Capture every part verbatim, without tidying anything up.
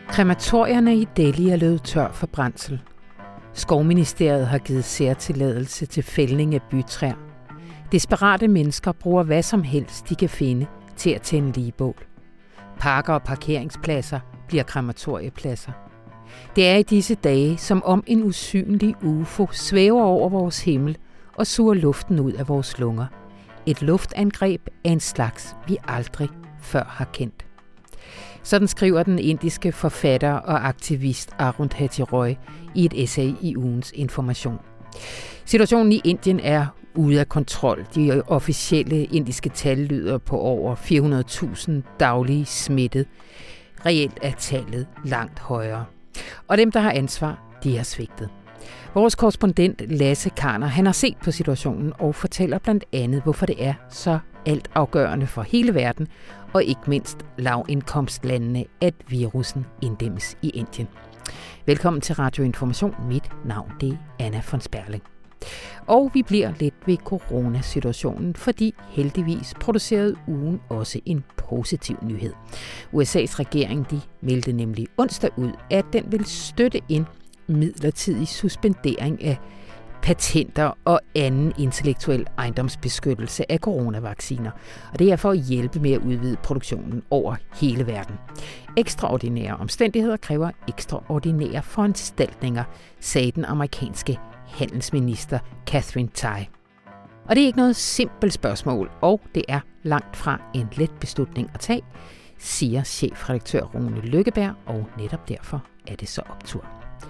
Krematorierne i Delhi er løbet tør for brændsel. Skovministeriet har givet særtilladelse til fældning af bytræer. Desperate mennesker bruger hvad som helst, de kan finde, til at tænde ligebål. Parker og parkeringspladser bliver krematoriepladser. Det er i disse dage, som om en usynlig U F O svæver over vores himmel og suger luften ud af vores lunger. Et luftangreb af en slags, vi aldrig før har kendt. Sådan skriver den indiske forfatter og aktivist Arundhati Roy i et essay i ugens Information. Situationen i Indien er ude af kontrol. De officielle indiske tal lyder på over fire hundrede tusind daglige smittet. Reelt er tallet langt højere. Og dem, der har ansvar, de har svigtet. Vores korrespondent Lasse Karner, han har set på situationen og fortæller blandt andet, hvorfor det er så altafgørende for hele verden, og ikke mindst lavindkomstlandene, at virussen inddæmmes i Indien. Velkommen til Radio Information. Mit navn det er Anna von Sperling. Og vi bliver lidt ved coronasituationen, fordi heldigvis producerede ugen også en positiv nyhed. U S A's regering de meldte nemlig onsdag ud, at den vil støtte en midlertidig suspendering af patenter og anden intellektuel ejendomsbeskyttelse af coronavacciner. Og det er for at hjælpe med at udvide produktionen over hele verden. Ekstraordinære omstændigheder kræver ekstraordinære foranstaltninger, sagde den amerikanske handelsminister Katherine Tai. Og det er ikke noget simpelt spørgsmål, og det er langt fra en let beslutning at tage, siger chefredaktør Rune Lykkeberg, og netop derfor er det så optur.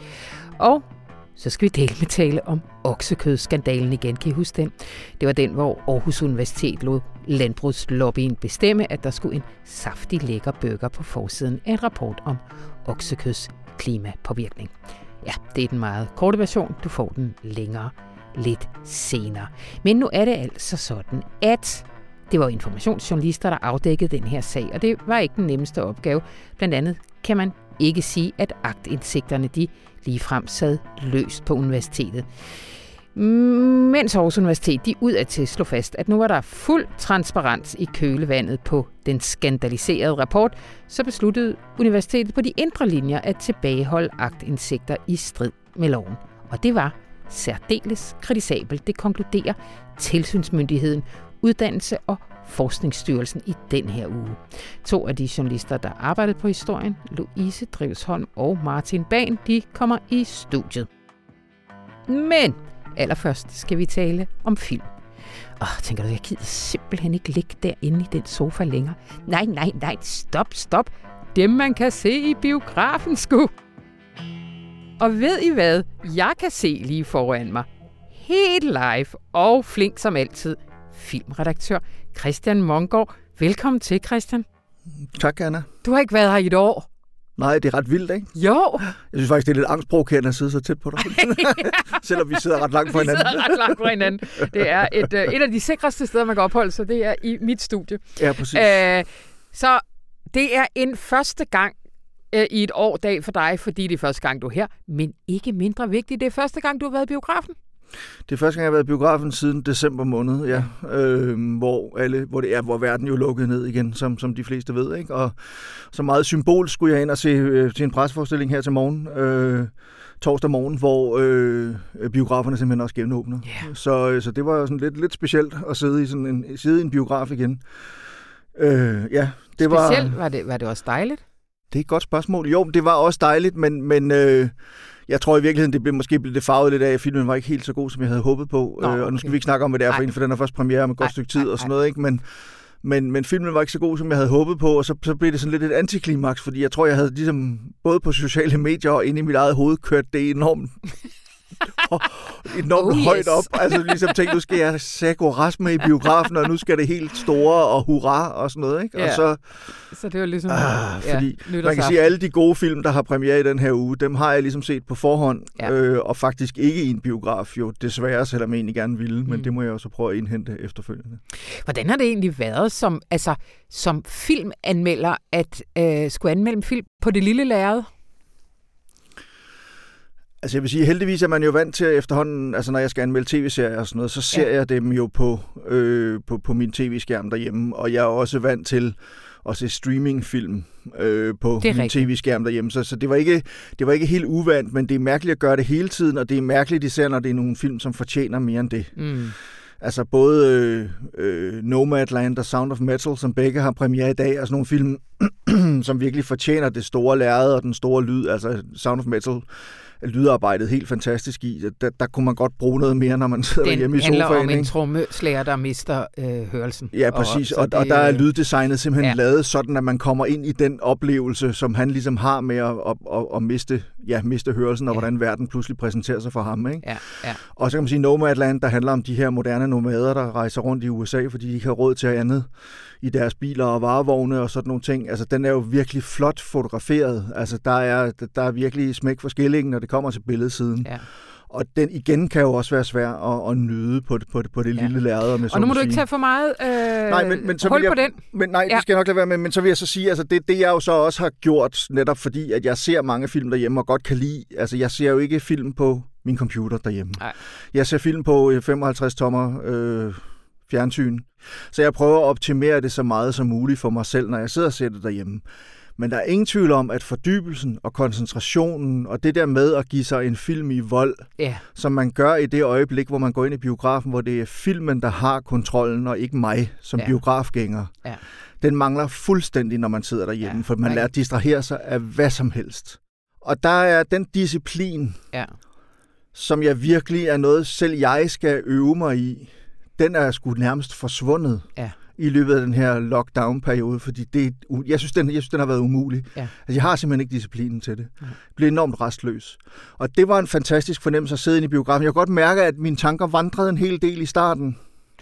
Og så skal vi dele med tale om oksekødsskandalen igen. Kan I huske den? Det var den, hvor Aarhus Universitet lod landbrugslobbyen bestemme, at der skulle en saftig lækker burger på forsiden af en rapport om oksekøds klimapåvirkning. Ja, det er den meget korte version. Du får den længere lidt senere. Men nu er det altså sådan, at det var informationsjournalister, der afdækkede den her sag, og det var ikke den nemmeste opgave. Blandt andet kan man ikke sige, at aktindsigterne de ligefrem sad løst på universitetet. Mens Aarhus Universitet de udadtil slog fast, at nu var der fuld transparens i kølevandet på den skandaliserede rapport, så besluttede universitetet på de indre linjer at tilbageholde aktindsigter i strid med loven. Og det var særdeles kritisabelt. Det konkluderer tilsynsmyndigheden, Uddannelse- og Forskningsstyrelsen i den her uge. To af de journalister, der arbejdede på historien, Louise Drivsholm og Martin Bahn, de kommer i studiet. Men allerførst skal vi tale om film. Åh, tænker du, jeg gider simpelthen ikke ligge derinde i den sofa længere. Nej, nej, nej, stop, stop. Dem, man kan se i biografen, sgu. Og ved I hvad? Jeg kan se lige foran mig. Helt live og flink som altid. Filmredaktør Christian Mongård. Velkommen til, Christian. Tak, Anna. Du har ikke været her i et år. Nej, det er ret vildt, ikke? Jo. Jeg synes faktisk, det er lidt angstprovokerende at sidde så tæt på dig. Selvom vi sidder ret langt fra hinanden. Vi sidder ret langt fra hinanden. Det er et, et af de sikreste steder, man kan opholde sig. Det er i mit studie. Ja, præcis. Æh, så det er en første gang øh, i et år dag for dig, fordi det er første gang, du er her. Men ikke mindre vigtigt, det er første gang, du har været i biografen. Det er første gang, jeg har været i biografen siden december måned, ja, øh, hvor, alle, hvor, det er, hvor verden jo lukkede ned igen, som, som de fleste ved. Ikke? Og så meget symbol skulle jeg ind og se øh, til en presseforestilling her til morgen, øh, torsdag morgen, hvor øh, biograferne simpelthen også genåbner. Yeah. Så, så det var sådan lidt, lidt specielt at sidde i, sådan en, sidde i en biograf igen. Øh, ja, det var, specielt? Var det, var det også dejligt? Det er et godt spørgsmål. Jo, det var også dejligt, men... men øh, jeg tror i virkeligheden, det blev måske blev det farvet lidt af, at filmen var ikke helt så god, som jeg havde håbet på. Nå, okay. Og nu skal vi ikke snakke om, hvad det er for en, for den er først premiere om et godt stykke tid og sådan noget, ikke? Men, men, men filmen var ikke så god, som jeg havde håbet på, og så, så blev det sådan lidt et antiklimaks, fordi jeg tror, jeg havde ligesom både på sociale medier og inde i mit eget hoved kørt det enormt enormt oh, yes. højt op. Altså ligesom tænkte, nu skal jeg sække rasme i biografen, og nu skal det helt store og hurra og sådan noget, ikke? Ja. Og så, så det var ligesom... Ah, fordi ja, man kan sige, at alle de gode film, der har premiere i den her uge, dem har jeg ligesom set på forhånd, ja. øh, og faktisk ikke i en biograf, jo desværre, selvom jeg egentlig gerne ville, men mm. det må jeg også prøve at indhente efterfølgende. Hvordan har det egentlig været som, altså, som filmanmelder, at øh, skulle anmelde en film på det lille lærred? Altså jeg vil sige, heldigvis er man jo vant til efterhånden, altså når jeg skal anmelde tv-serier og sådan noget, så ser ja. jeg dem jo på, øh, på, på min tv-skærm derhjemme, og jeg er også vant til at se streamingfilm øh, på min rigtigt. tv-skærm derhjemme. Så, så det, var ikke, det var ikke helt uvandt, men det er mærkeligt at gøre det hele tiden, og det er mærkeligt især, når det er nogle film, som fortjener mere end det. Mm. Altså både øh, øh, Nomadland og Sound of Metal, som begge har premiere i dag, og sådan nogle film, som virkelig fortjener det store lærred og den store lyd. Altså Sound of Metal lydarbejdet helt fantastisk i. Der, der kunne man godt bruge noget mere, når man sidder Den hjemme i sofaen. Den handler om ikke? en trommeslager, der mister øh, hørelsen. Ja, præcis. Og, og, det, og der er lyddesignet simpelthen ja. lavet sådan, at man kommer ind i den oplevelse, som han ligesom har med at, at, at, at miste, ja, miste hørelsen, og ja. hvordan verden pludselig præsenterer sig for ham. Ikke? Ja, ja. Og så kan man sige Nomadland, der handler om de her moderne nomader, der rejser rundt i U S A, fordi de ikke har råd til andet i deres biler og varevogne og sådan nogle ting. Altså, den er jo virkelig flot fotograferet. Altså, der er, der er virkelig smæk for skillingen, når det kommer til billedsiden. Ja. Og den igen kan jo også være svær at, at nyde på det, på det, på det ja. lille lærred. Om jeg så og nu må du sige. ikke tage for meget øh, nej, men, men så hold jeg, på den. Men, nej, ja. det skal jeg nok lade være med. Men så vil jeg så sige, altså det, det jeg jo så også har gjort, netop fordi, at jeg ser mange film derhjemme og godt kan lide. Altså, jeg ser jo ikke film på min computer derhjemme. Nej. Jeg ser film på femoghalvtreds tommer øh, fjernsyn. Så jeg prøver at optimere det så meget som muligt for mig selv, når jeg sidder og ser det derhjemme. Men der er ingen tvivl om, at fordybelsen og koncentrationen og det der med at give sig en film i vold, yeah. som man gør i det øjeblik, hvor man går ind i biografen, hvor det er filmen, der har kontrollen, og ikke mig som yeah. biografgænger, yeah. den mangler fuldstændig, når man sidder derhjemme, yeah. for man lærer at distrahere sig af hvad som helst. Og der er den disciplin, yeah. som jeg virkelig er noget, selv jeg skal øve mig i, den er sgu nærmest forsvundet. Yeah. i løbet af den her lockdown-periode, fordi det, jeg, synes, den, jeg synes, den har været umulig. Ja. Altså, jeg har simpelthen ikke disciplinen til det. Jeg blev enormt restløs. Og det var en fantastisk fornemmelse at sidde inde i biografen. Jeg kunne godt mærke, at mine tanker vandrede en hel del i starten.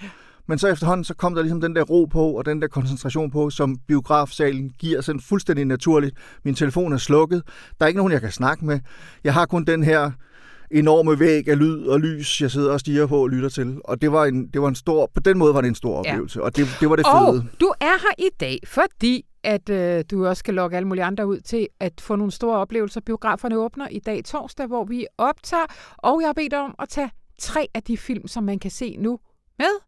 Men så efterhånden, så kom der ligesom den der ro på, og den der koncentration på, som biografsalen giver sådan fuldstændig naturligt. Min telefon er slukket. Der er ikke nogen, jeg kan snakke med. Jeg har kun den her enorme væg af lyd og lys, jeg sidder og stiger på og lytter til. Og det var en, det var en stor, på den måde var det en stor oplevelse, ja. og det, det var det fede. Og du er her i dag, fordi at øh, du også skal lokke alle mulige andre ud til at få nogle store oplevelser. Biograferne åbner i dag torsdag, hvor vi optager, og jeg har bedt dig om at tage tre af de film, som man kan se nu med.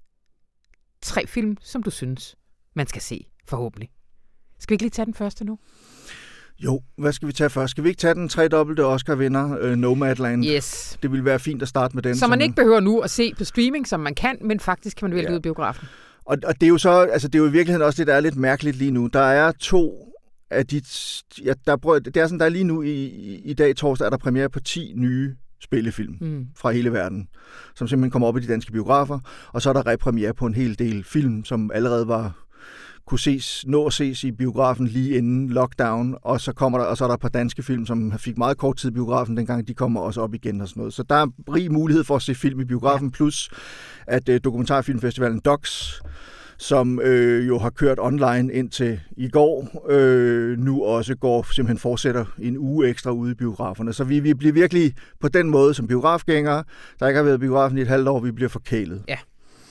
Tre film, som du synes, man skal se, forhåbentlig. Skal vi ikke lige tage den første nu? Jo, hvad skal vi tage først? Skal vi ikke tage den tredobbelte Oscar-vinder, uh, Nomadland? Yes. Det ville være fint at starte med den. Så man ikke behøver nu at se på streaming, som man kan, men faktisk kan man vælge ja. ud af biografen. Og, og det er jo så, altså det er jo i virkeligheden også det, der er lidt mærkeligt lige nu. Der er to af de, ja, der prøver, det er sådan, der er lige nu i, i, i dag torsdag, er der premiere på ti nye spillefilm mm. fra hele verden, som simpelthen kommer op i de danske biografer, og så er der repremiere på en hel del film, som allerede var kunne ses, nå at ses i biografen lige inden lockdown, og så kommer der, og så er der et par danske film, som fik meget kort tid i biografen, dengang de kommer også op igen og sådan noget. Så der er rig mulighed for at se film i biografen, ja. plus at uh, dokumentarfilmfestivalen D O X, som øh, jo har kørt online indtil i går, øh, nu også går simpelthen fortsætter en uge ekstra ude i biograferne. Så vi, vi bliver virkelig på den måde som biografgængere, der ikke har været i biografen i et halvt år, vi bliver forkælet. Ja.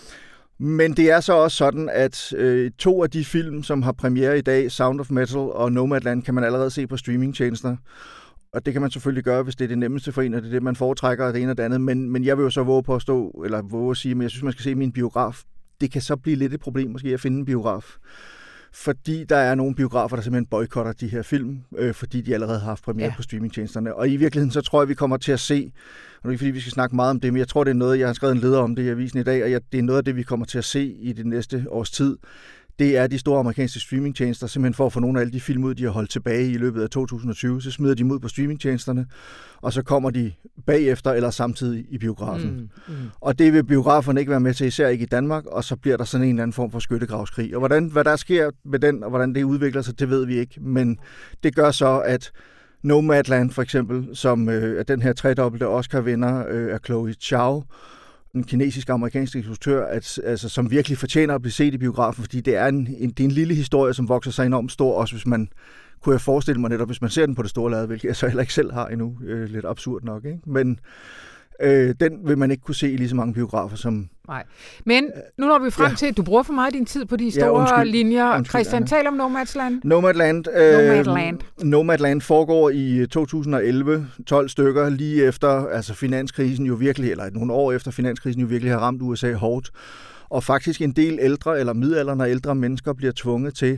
Men det er så også sådan, at øh, to af de film, som har premiere i dag, Sound of Metal og Nomadland, kan man allerede se på streamingtjenester. Og det kan man selvfølgelig gøre, hvis det er det nemmeste for en, og det er det, man foretrækker, og det ene og det andet. Men, men jeg vil jo så våge på at stå, eller våge at sige, men jeg synes, man skal se min biograf. Det kan så blive lidt et problem, måske at finde en biograf. Fordi der er nogle biografer, der simpelthen boykotter de her film, øh, fordi de allerede har haft premiere ja. på streamingtjenesterne. Og i virkeligheden, så tror jeg, vi kommer til at se, og det er ikke fordi, vi skal snakke meget om det, men jeg tror, det er noget, jeg har skrevet en leder om det i avisen i dag, og jeg, det er noget af det, vi kommer til at se i det næste års tid. Det er de store amerikanske streamingtjenester, simpelthen for at få nogle af alle de film ud, de har holdt tilbage i løbet af to tusind og tyve, så smider de dem ud på streamingtjenesterne, og så kommer de bagefter eller samtidig i biografen. Mm, mm. Og det vil biograferne ikke være med til, især ikke i Danmark, og så bliver der sådan en eller anden form for skyttegravskrig. Og hvordan, hvad der sker med den, og hvordan det udvikler sig, det ved vi ikke, men det gør så, at Nomadland for eksempel, som øh, er den her tredobbelte Oscar-vinder øh, af Chloe Zhao, en kinesisk-amerikansk instruktør, at, altså, som virkelig fortjener at blive set i biografen, fordi det er en, en, det er en lille historie, som vokser sig enormt stor, også hvis man, kunne jeg forestille mig netop, hvis man ser den på det store lade, hvilket jeg så heller ikke selv har endnu, øh, lidt absurd nok, ikke? Men øh, den vil man ikke kunne se i lige så mange biografer som... Nej, men nu når vi frem ja. til, at du bruger for meget din tid på de store ja, undskyld. linjer. Undskyld, Christian, tal om Nomadland. Nomadland, øh, Nomadland. Nomadland foregår i to tusind og elleve, tolv stykker, lige efter altså finanskrisen jo virkelig, eller nogle år efter finanskrisen jo virkelig har ramt U S A hårdt. Og faktisk en del ældre eller midaldrende og ældre mennesker bliver tvunget til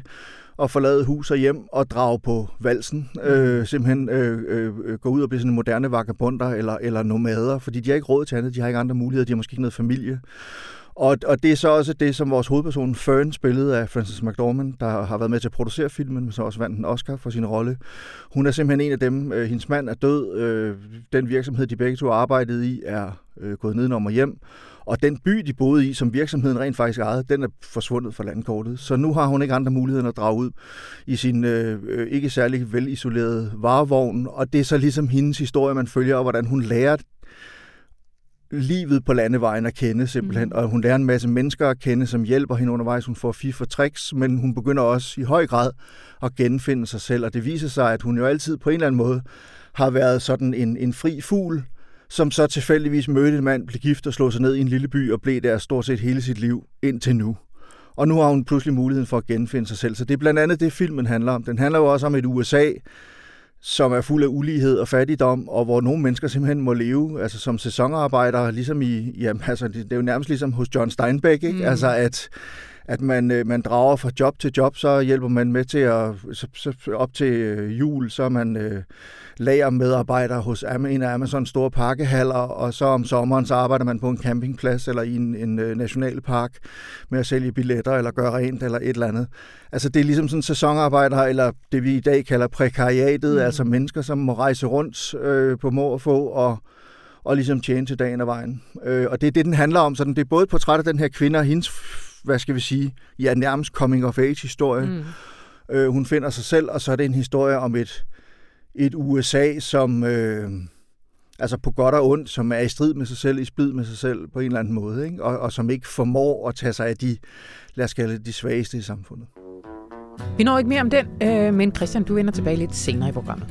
at forlade hus og hjem og drage på valsen. Øh, simpelthen øh, øh, gå ud og blive sådan moderne vagabonder eller, eller nomader, fordi de har ikke råd til andet, de har ikke andre muligheder, de har måske ikke noget familie. Og, og det er så også det, som vores hovedperson Fern, spillet af Frances McDormand, der har været med til at producere filmen, men så også vandt en Oscar for sin rolle. Hun er simpelthen en af dem. Øh, hendes mand er død. Øh, den virksomhed, de begge to arbejdede i, er øh, gået nedenom og hjem. Og den by, de boede i, som virksomheden rent faktisk ejede, den er forsvundet fra landkortet. Så nu har hun ikke andre muligheder end at drage ud i sin øh, ikke særlig velisolerede varevogn. Og det er så ligesom hendes historie, man følger, og hvordan hun lærer livet på landevejen at kende simpelthen. Mm. Og hun lærer en masse mennesker at kende, som hjælper hende undervejs. Hun får fif og tricks, men hun begynder også i høj grad at genfinde sig selv. Og det viser sig, at hun jo altid på en eller anden måde har været sådan en, en fri fugl, som så tilfældigvis mødte en mand, blev gift og slog sig ned i en lille by og blev der stort set hele sit liv indtil nu. Og nu har hun pludselig muligheden for at genfinde sig selv. Så det er blandt andet det, filmen handler om. Den handler jo også om et U S A, som er fuld af ulighed og fattigdom, og hvor nogle mennesker simpelthen må leve altså som sæsonarbejdere, ligesom i, jamen, altså, det er jo nærmest ligesom hos John Steinbeck, ikke? Mm. Altså at, at man, man drager fra job til job, så hjælper man med til at, så, så op til jul, så er man øh, lagermedarbejder hos en af Amazons store pakkehaller, og så om sommeren, så arbejder man på en campingplads eller i en, en øh, nationalpark med at sælge billetter eller gøre rent eller et eller andet. Altså det er ligesom sådan sæsonarbejdere, eller det vi i dag kalder prekariatet, mm. altså mennesker, som må rejse rundt øh, på må og få og og ligesom tjene til dagen og vejen. Øh, og det er det, den handler om. Så det er både et portræt af den her kvinde og hendes, hvad skal vi sige, ja, nærmest coming-of-age-historie. Mm. Øh, hun finder sig selv, og så er det en historie om et, et U S A, som øh, altså på godt og ondt, som er i strid med sig selv, i splid med sig selv på en eller anden måde, ikke? Og, og som ikke formår at tage sig af de, lad os kalde det, de svageste i samfundet. Vi når ikke mere om den, øh, men Christian, du vender tilbage lidt senere i programmet.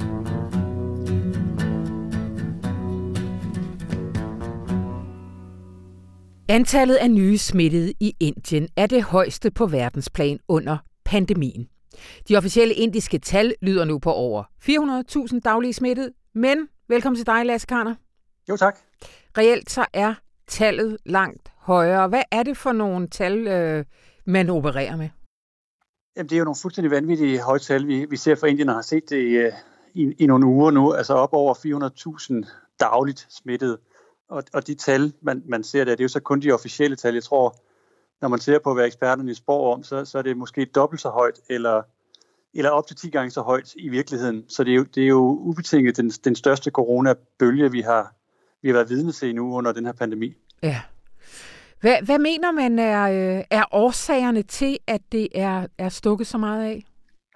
Antallet af nye smittede i Indien er det højeste på verdensplan under pandemien. De officielle indiske tal lyder nu på over fire hundrede tusind daglige smittede, men velkommen til dig, Lasse Karner. Jo, tak. Reelt så er tallet langt højere. Hvad er det for nogle tal, øh, man opererer med? Jamen, det er jo nogle fuldstændig vanvittige høje tal, vi, vi ser for Indien og har set det i, i, i nogle uger nu. Altså op over fire hundrede tusind dagligt smittede. Og, og de tal, man, man ser der, det er jo så kun de officielle tal. Jeg tror, når man ser på, hvad eksperterne spår om, så, så er det måske dobbelt så højt, eller, eller op til ti gange så højt i virkeligheden. Så det er jo, det er jo ubetinget den, den største coronabølge, vi har, vi har været vidne til nu under den her pandemi. Ja. Hvad, hvad mener man er, er årsagerne til, at det er, er stukket så meget af?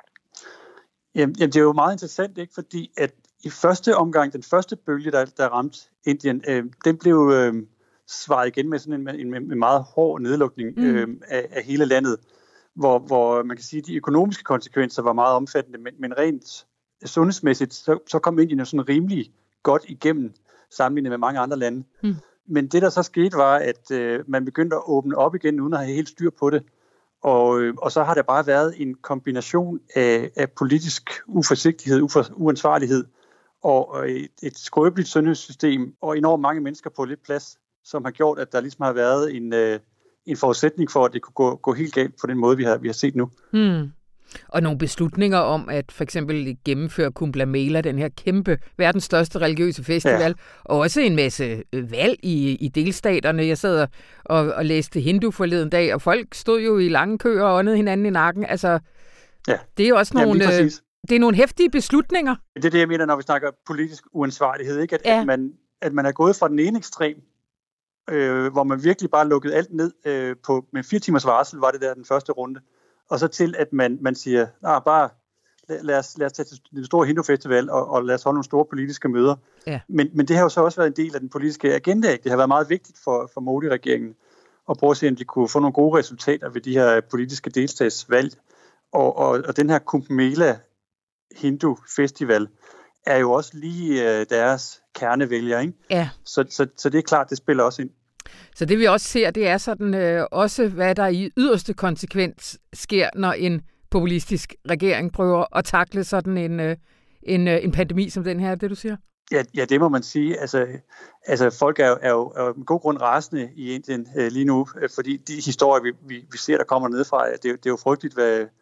Jamen, jamen, det er jo meget interessant, ikke? Fordi at i første omgang, den første bølge, der, der ramte Indien, øh, den blev øh, svaret igen med sådan en, en, en meget hård nedlukning mm. øh, af, af hele landet, hvor, hvor man kan sige, at de økonomiske konsekvenser var meget omfattende, men, men rent sundhedsmæssigt, så, så kom Indien jo sådan rimelig godt igennem, sammenlignet med mange andre lande. Mm. Men det, der så skete, var, at øh, man begyndte at åbne op igen, uden at have helt styr på det. Og, øh, og så har der bare været en kombination af, af politisk uforsigtighed, ufor, uansvarlighed, og et, et skrøbeligt sundhedssystem, og enormt mange mennesker på lidt plads, som har gjort, at der ligesom har været en, øh, en forudsætning for, at det kunne gå, gå helt galt på den måde, vi har, vi har set nu. Hmm. Og nogle beslutninger om at for eksempel gennemføre Kumbh Mela, den her kæmpe, verdens største religiøse festival, ja. Og også en masse valg i, i delstaterne. Jeg sad og, og læste Hindu forleden dag, og folk stod jo i lange køer og åndede hinanden i nakken. Altså, ja. Det er jo også nogle... Jamen, det er nogle heftige beslutninger. Det er det, jeg mener, når vi snakker politisk uansvarlighed, ikke? At, ja. at, man, at man er gået fra den ene ekstrem, øh, hvor man virkelig bare lukkede alt ned øh, på, med fire timers varsel, var det der den første runde, og så til, at man, man siger, ah, bare lad, lad, os, lad os tage til den store Hindu-festival, og, og lad os holde nogle store politiske møder. Ja. Men, men det har jo så også været en del af den politiske agenda. Ikke? Det har været meget vigtigt for, for Modi-regeringen at prøve at se, om de kunne få nogle gode resultater ved de her politiske delstatsvalg. Og, og, og den her Kumbh Mela Hindu Festival er jo også lige øh, deres kernevælger, ikke? Ja. Så, så, så det er klart, det spiller også ind. Så det vi også ser, det er sådan øh, også, hvad der i yderste konsekvens sker, når en populistisk regering prøver at takle sådan en, øh, en, øh, en pandemi som den her, det du siger? Ja, ja, det må man sige. Altså, altså folk er jo, er jo, er jo med god grund rasende i Indien øh, lige nu, øh, fordi de historier, vi, vi, vi ser, der kommer nedefra, det, det er jo frygteligt, hvad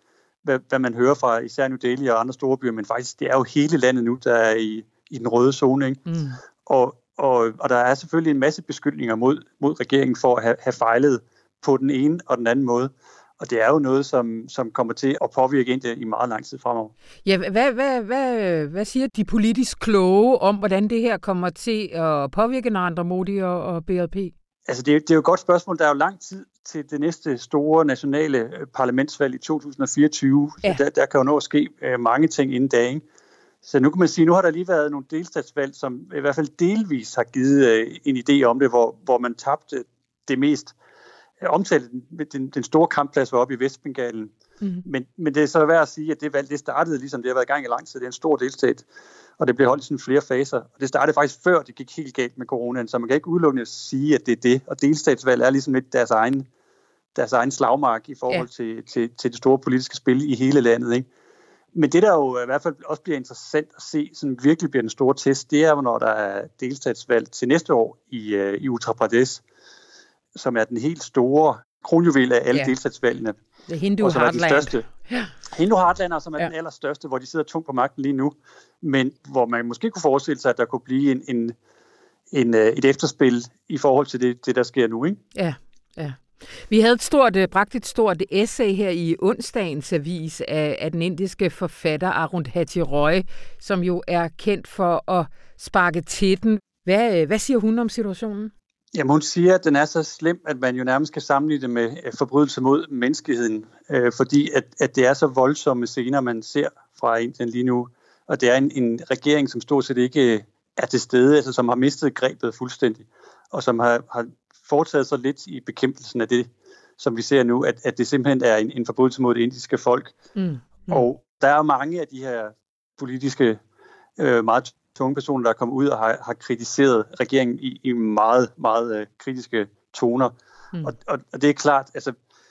hvad, hvad man hører fra især New Delhi og andre store byer, men faktisk, det er jo hele landet nu, der er i, i den røde zone, ikke? Mm. Og, og, og der er selvfølgelig en masse beskyldninger mod, mod regeringen for at have, have fejlet på den ene og den anden måde. Og det er jo noget, som, som kommer til at påvirke Indien i meget lang tid fremover. Ja, hvad, hvad, hvad, hvad siger de politisk kloge om, hvordan det her kommer til at påvirke Narendra Modi og, og B J P? Altså, det er, det er jo et godt spørgsmål. Der er jo lang tid til det næste store nationale parlamentsvalg i to tusind og fireogtyve. Ja. Der, der kan jo nå at ske uh, mange ting inden da, ikke? Så nu kan man sige, nu har der lige været nogle delstatsvalg, som i hvert fald delvis har givet uh, en idé om det, hvor, hvor man tabte det mest omtalte. Den, den store kampplads var oppe i Vestbengalen. Mm-hmm. Men, men det er så værd at sige, at det valg, det startede ligesom, det har været i gang i lang tid. Det er en stor delstat, og det blev holdt i sådan flere faser. Og det startede faktisk før det gik helt galt med coronaen, så man kan ikke udelukkende sige, at det er det. Og delstatsvalg er ligesom lidt deres egen, deres egen slagmark i forhold ja. til, til, til det store politiske spil i hele landet, ikke? Men det, der jo i hvert fald også bliver interessant at se, som virkelig bliver den store test, det er, når der er delstatsvalg til næste år i, uh, i Uttar Pradesh, som er den helt store kronjuvel af alle ja. delstatsvalgene. Det Hindu Heartland. Ja. Hindu Heartlander, som er ja. den allerstørste, hvor de sidder tungt på magten lige nu, men hvor man måske kunne forestille sig, at der kunne blive en, en, en, et efterspil i forhold til det, det der sker nu, ikke? Ja, ja. Vi havde et stort, bragt et stort essay her i onsdagens avis af, af den indiske forfatter Arundhati Roy, som jo er kendt for at sparke til den. Hvad, hvad siger hun om situationen? Jamen, hun siger, at den er så slem, at man jo nærmest kan sammenligne det med forbrydelser mod menneskeheden, øh, fordi at, at det er så voldsomme scener, man ser fra Indien lige nu, og det er en, en regering, som stort set ikke er til stede, altså som har mistet grebet fuldstændig, og som har, har foretaget så lidt i bekæmpelsen af det, som vi ser nu, at, at det simpelthen er en, en forbrydelse mod det indiske folk. Mm. Mm. Og der er mange af de her politiske, øh, meget tunge personer, der er kommet ud og har, har kritiseret regeringen i, i meget, meget øh, kritiske toner. Mm. Og, og, og det er klart, altså,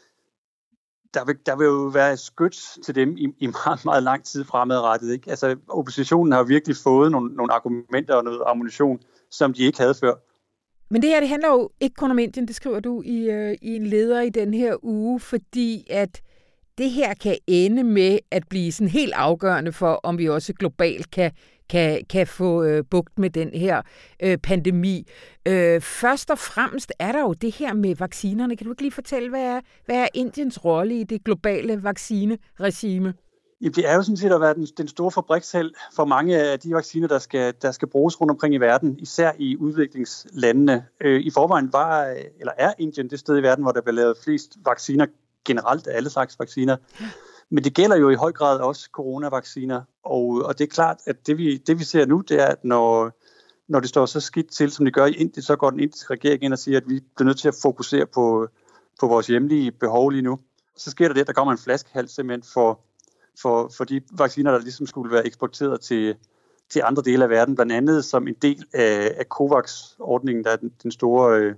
der vil, der vil jo være skyts til dem i, i meget, meget lang tid fremadrettet, ikke? Altså, oppositionen har virkelig fået nogle, nogle argumenter og noget ammunition, som de ikke havde før. Men det her, det handler jo ikke kun om Indien, det skriver du i, øh, i en leder i den her uge, fordi at det her kan ende med at blive sådan helt afgørende for, om vi også globalt kan, kan, kan få øh, bugt med den her øh, pandemi. Øh, først og fremmest er der jo det her med vaccinerne. Kan du ikke lige fortælle, hvad er, hvad er Indiens rolle i det globale vaccineregime? Ja, det er jo sådan set at være den, den store fabrikshal for mange af de vacciner, der skal, der skal bruges rundt omkring i verden, især i udviklingslandene. Øh, I forvejen var, eller er Indien det sted i verden, hvor der bliver lavet flest vacciner generelt af alle slags vacciner. Men det gælder jo i høj grad også coronavacciner, og, og det er klart, at det vi, det vi ser nu, det er, at når, når det står så skidt til, som det gør i Indien, så går den indiske regering ind og siger, at vi bliver nødt til at fokusere på, på vores hjemlige behov lige nu. Så sker der det, at der kommer en flaskehals simpelthen for, for, for de vacciner, der ligesom skulle være eksporteret til, til andre dele af verden, blandt andet som en del af, af COVAX-ordningen, der er den, den store øh,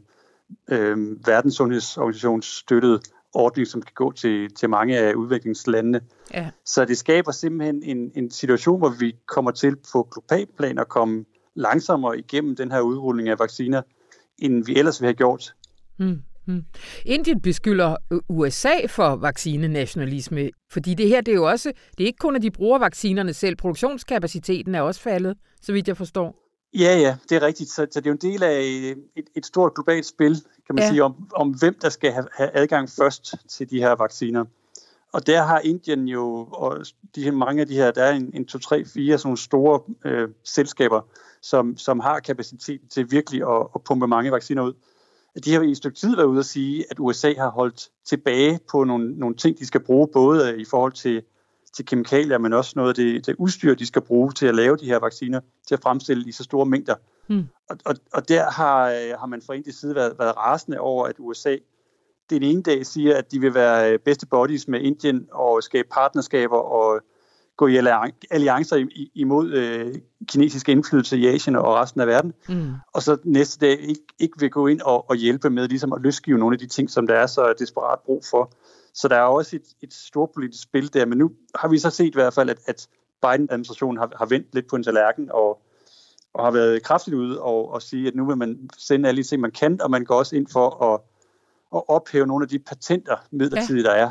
øh, verdenssundhedsorganisations støttede ordning, som kan gå til, til mange af udviklingslandene. Ja. Så det skaber simpelthen en, en situation, hvor vi kommer til på global plan at komme langsommere igennem den her udrulning af vacciner, end vi ellers ville have gjort. Hmm. Hmm. Indien beskylder U S A for vaccinenationalisme, fordi det her, det er jo også, det er ikke kun, at de bruger vaccinerne selv, produktionskapaciteten er også faldet, så vidt jeg forstår. Ja, ja, det er rigtigt. Så, så det er jo en del af et, et stort globalt spil, kan man ja. sige, om, om hvem der skal have, have adgang først til de her vacciner. Og der har Indien jo, og de her, mange af de her, der er en, en to, tre, fire sådan store øh, selskaber, som, som har kapaciteten til virkelig at, at pumpe mange vacciner ud. De har i et stykke tid været ude at sige, at U S A har holdt tilbage på nogle, nogle ting, de skal bruge, både i forhold til til kemikalier, men også noget af det, det udstyr, de skal bruge til at lave de her vacciner, til at fremstille i så store mængder. Hmm. Og, og, og der har, har man fra indisk side været, været rasende over, at U S A den ene dag siger, at de vil være bedste buddies med Indien og skabe partnerskaber og gå i alliancer imod øh, kinesisk indflydelse i Asien og resten af verden. Hmm. Og så næste dag ikke, ikke vil gå ind og, og hjælpe med ligesom at løsgive nogle af de ting, som der er så desperat brug for. Så der er også et, et stort politisk spil der, men nu har vi så set i hvert fald, at, at Biden-administrationen har, har vendt lidt på en tallerken og, og har været kraftigt ude og, og sige, at nu vil man sende alle de ting, man kan, og man går også ind for at, at ophæve nogle af de patenter midlertidigt, ja. der er,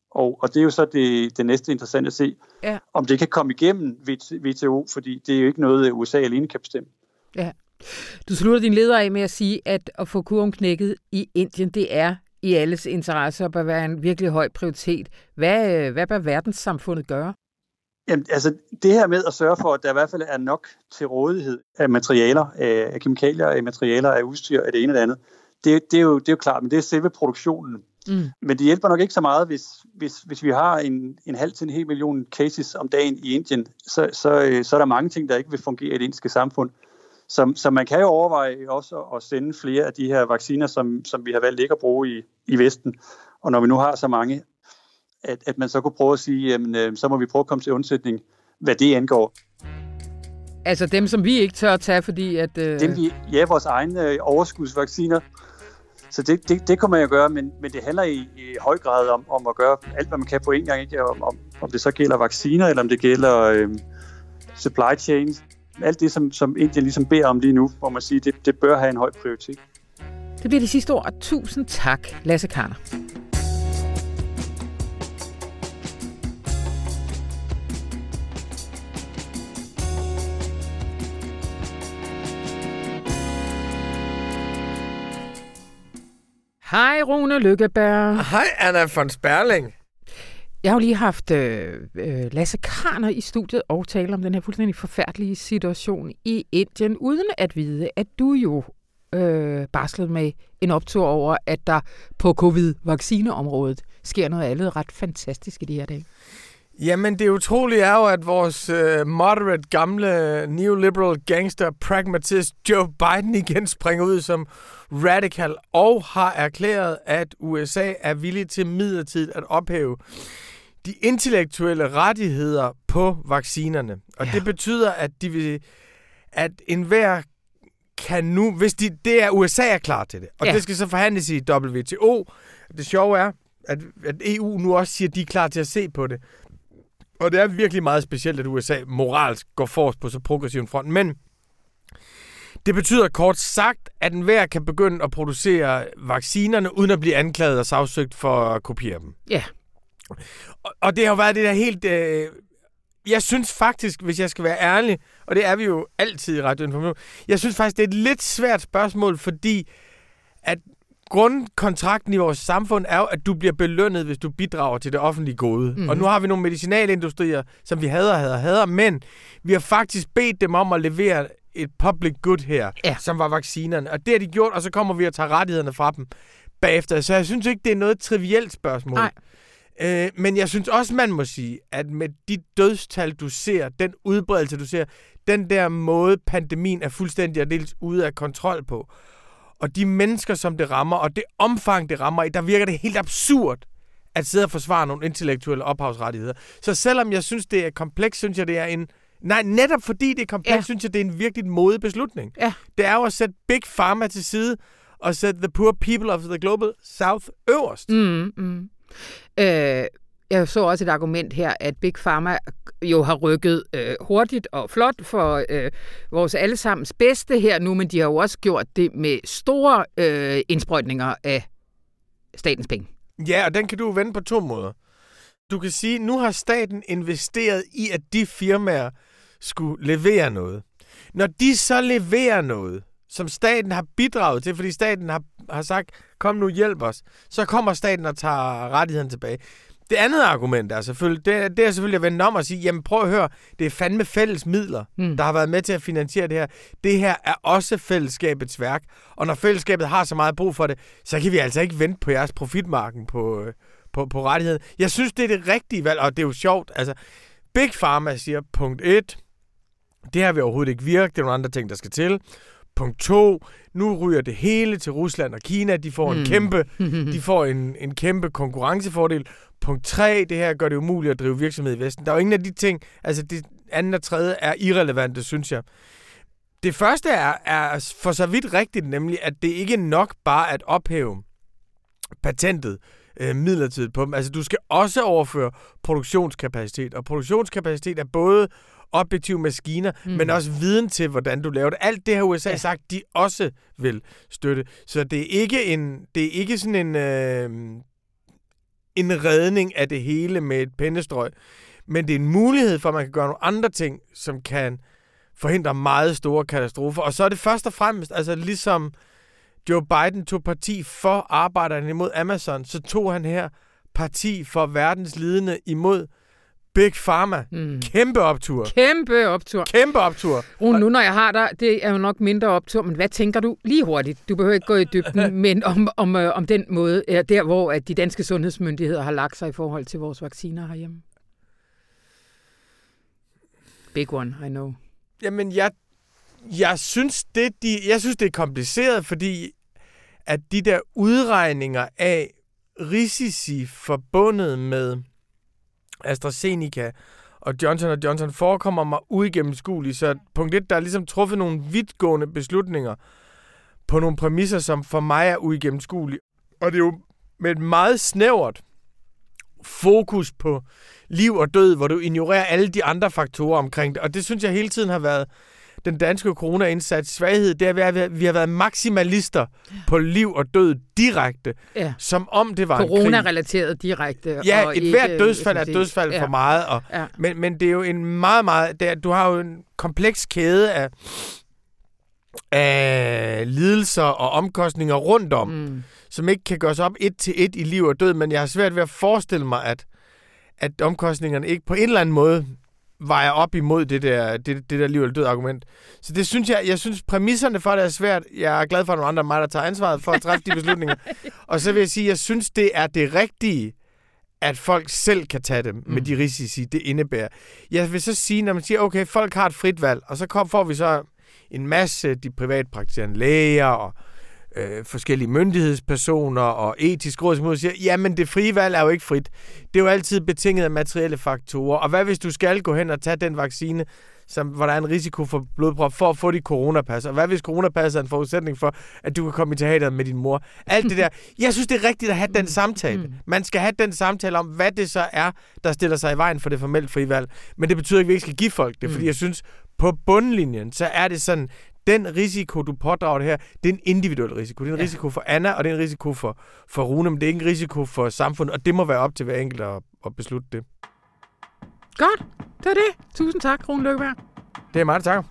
Og, og det er jo så det, det næste interessante at se, ja. om det kan komme igennem W T O, fordi det er jo ikke noget, U S A alene kan bestemme. Ja. Du slutter din leder af med at sige, at at få kurven knækket i Indien, det er i alles interesse og bør være en virkelig høj prioritet. Hvad, hvad bør verdenssamfundet gøre? Jamen, altså det her med at sørge for, at der i hvert fald er nok til rådighed af materialer, af kemikalier, af materialer, af udstyr, af det ene og det andet, det, det, er, jo, det er jo klart, men det er selve produktionen. Mm. Men det hjælper nok ikke så meget, hvis, hvis, hvis vi har en, en halv til en hel million cases om dagen i Indien, så, så, så er der mange ting, der ikke vil fungere i det indiske samfund. Så, så man kan jo overveje også at sende flere af de her vacciner, som, som vi har valgt ikke at bruge i, i Vesten. Og når vi nu har så mange, at, at man så kunne prøve at sige, jamen, så må vi prøve at komme til undsætning, hvad det angår. Altså dem, som vi ikke tør at tage, fordi at... Øh... Dem, vi, ja, vores egne øh, overskudsvacciner. Så det, det, det kunne man jo gøre, men, men det handler i, i høj grad om, om at gøre alt, hvad man kan på en gang. Ikke? Om, om, om det så gælder vacciner, eller om det gælder øh, supply chains. Alt det, som, som Indien ligesom beder om lige nu, hvor man siger, det, det bør have en høj prioritet. Det bliver de sidste ord. Tusind tak, Lasse Karner. Hej Rune Lykkeberg. Hej Anna von Sperling. Jeg har jo lige haft øh, Lasse Karner i studiet og tale om den her fuldstændig forfærdelige situation i Indien, uden at vide, at du jo øh, barslede med en optur over, at der på covid-vaccineområdet sker noget andet ret fantastisk i de her dage. Jamen, det utrolige er jo, at vores uh, moderate, gamle, neoliberal gangster, pragmatist Joe Biden igen springer ud som radical og har erklæret, at U S A er villig til midlertidigt at ophæve de intellektuelle rettigheder på vaccinerne. Og ja. Det betyder, at de vil, at enhver kan nu, hvis de, det er U S A er klar til det, og ja. Det skal så forhandles i W T O. Det sjove er, at, at E U nu også siger, at de er klar til at se på det. Og det er virkelig meget specielt, at U S A moralsk går forrest på så progressiv en front. Men det betyder kort sagt, at enhver kan begynde at producere vaccinerne, uden at blive anklaget og sagsøgt for at kopiere dem. Ja. Og, og det har jo været det der helt... Øh, jeg synes faktisk, hvis jeg skal være ærlig, og det er vi jo altid i Radio Information, jeg synes faktisk, det er et lidt svært spørgsmål, fordi at grundkontrakten i vores samfund er jo, at du bliver belønnet, hvis du bidrager til det offentlige gode. Mm-hmm. Og nu har vi nogle medicinalindustrier, som vi hader, hader, hader, men vi har faktisk bedt dem om at levere et public good her, ja. Som var vaccinerne. Og det har de gjort, og så kommer vi og tager rettighederne fra dem bagefter. Så jeg synes ikke, det er noget trivielt spørgsmål. Nej. Øh, men jeg synes også, man må sige, at med de dødstal, du ser, den udbredelse, du ser, den der måde, pandemien er fuldstændig og dels ude af kontrol på, og de mennesker, som det rammer, og det omfang, det rammer i, der virker det helt absurd at sidde og forsvare nogle intellektuelle ophavsrettigheder. Så selvom jeg synes, det er komplekst, synes jeg, det er en... Nej, netop fordi det er komplekst, ja. Synes jeg, det er en virkelig modig beslutning. Ja. Det er jo at sætte Big Pharma til side, og sætte the poor people of the global south øverst. Mm, mm. Øh, jeg så også et argument her, at Big Pharma jo har rykket øh, hurtigt og flot for øh, vores allesammens bedste her nu, men de har jo også gjort det med store øh, indsprøjtninger af statens penge. Ja, og den kan du vende på to måder. Du kan sige, at nu har staten investeret i, at de firmaer skulle levere noget. Når de så leverer noget, som staten har bidraget til, fordi staten har, har sagt, kom nu hjælp os, så kommer staten og tager rettigheden tilbage. Det andet argument er selvfølgelig, det, det er selvfølgelig at vende om og sige, jamen prøv at høre, det er fandme fælles midler, mm. der har været med til at finansiere det her. Det her er også fællesskabets værk, og når fællesskabet har så meget brug for det, så kan vi altså ikke vente på jeres profitmarken på, på, på rettigheden. Jeg synes, det er det rigtige valg, og det er jo sjovt. Altså, Big Pharma siger, punkt et, det her vil overhovedet ikke virke, det er nogle andre ting, der skal til. Punkt to, nu ryger det hele til Rusland og Kina, de får en mm. kæmpe, de får en, en kæmpe konkurrencefordel. Punkt tre, det her gør det umuligt at drive virksomhed i Vesten. Der er jo ingen af de ting, altså det andet og tredje er irrelevante, synes jeg. Det første er, er for så vidt rigtigt, nemlig at det ikke er nok bare at ophæve patentet øh, midlertidigt på dem. Altså du skal også overføre produktionskapacitet, og produktionskapacitet er både objektive maskiner, mm. men også viden til, hvordan du laver det. Alt det har U S A ja. sagt, de også vil støtte. Så det er ikke en, det er ikke sådan en, øh, en redning af det hele med et pennestrøg. Men det er en mulighed for, at man kan gøre nogle andre ting, som kan forhindre meget store katastrofer. Og så er det først og fremmest, altså ligesom Joe Biden tog parti for arbejderne imod Amazon, så tog han her parti for verdens lidende imod Big Pharma. Mm. Kæmpe optur. Kæmpe optur. Kæmpe optur. Rune, nu når jeg har dig, det er jo nok mindre optur, men hvad tænker du lige hurtigt? Du behøver ikke gå i dybden, men om, om, om den måde, der hvor at de danske sundhedsmyndigheder har lagt sig i forhold til vores vacciner herhjemme. Big one, I know. Jamen, jeg, jeg, synes, det, de, jeg synes, det er kompliceret, fordi at de der udregninger af risici forbundet med AstraZeneca og Johnson og Johnson forekommer mig uigennemskueligt. Så punkt et, der er ligesom truffet nogle vidtgående beslutninger på nogle præmisser, som for mig er uigennemskuelige. Og det er jo med et meget snævert fokus på liv og død, hvor du ignorerer alle de andre faktorer omkring det. Og det synes jeg hele tiden har været den danske corona-indsats svaghed. Det er, at vi har været maksimalister på liv og død direkte, ja. Som om det var corona-relateret direkte. Ja, og et hvert dødsfald er et dødsfald ja. For meget. Og, ja. men, men det er jo en meget, meget... Er, du har jo en kompleks kæde af, af lidelser og omkostninger rundt om, mm. som ikke kan gøres op et til et i liv og død, men jeg har svært ved at forestille mig, at, at omkostningerne ikke på en eller anden måde vejer op imod det der, det, det der liv eller død argument. Så det synes jeg, jeg synes præmisserne for det er svært. Jeg er glad for, at nogle andre end mig, der tager ansvaret for at træffe de beslutninger. Og så vil jeg sige, jeg synes, det er det rigtige, at folk selv kan tage dem med de risici, det indebærer. Jeg vil så sige, når man siger, okay, folk har et frit valg, og så kom, får vi så en masse de privatpraktiserende læger og øh, forskellige myndighedspersoner og etisk råd, som siger, jamen det frie valg er jo ikke frit. Det er jo altid betinget af materielle faktorer. Og hvad hvis du skal gå hen og tage den vaccine, som, hvor der er en risiko for blodprop, for at få dit coronapas? Og hvad hvis coronapas er en forudsætning for, at du kan komme i teateret med din mor? Alt det der. Jeg synes, det er rigtigt at have den samtale. Man skal have den samtale om, hvad det så er, der stiller sig i vejen for det formelt frie valg. Men det betyder ikke, at vi ikke skal give folk det, fordi jeg synes, på bundlinjen, så er det sådan, den risiko, du pådrager det her, det er en individuel risiko. Det er en ja. risiko for Anna, og det er en risiko for, for Rune, men det er ikke en risiko for samfundet, og det må være op til hver enkelt at, at beslutte det. Godt, det er det. Tusind tak, Rune Lykkeberg. Det er meget tak.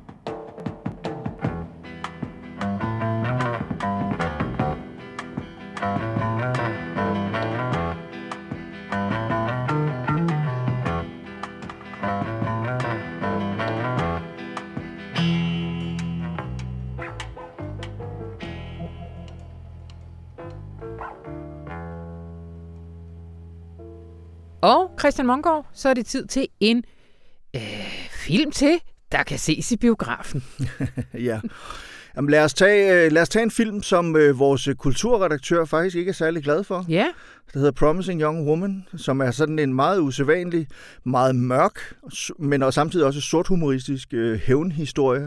Og Christian Mongård, så er det tid til en øh, film til, der kan ses i biografen. Ja. Jamen, lad os tage, lad os tage en film, som øh, vores kulturredaktør faktisk ikke er særlig glad for. Ja. Det hedder Promising Young Woman, som er sådan en meget usædvanlig, meget mørk, men og samtidig også sort humoristisk øh, hævnhistorie.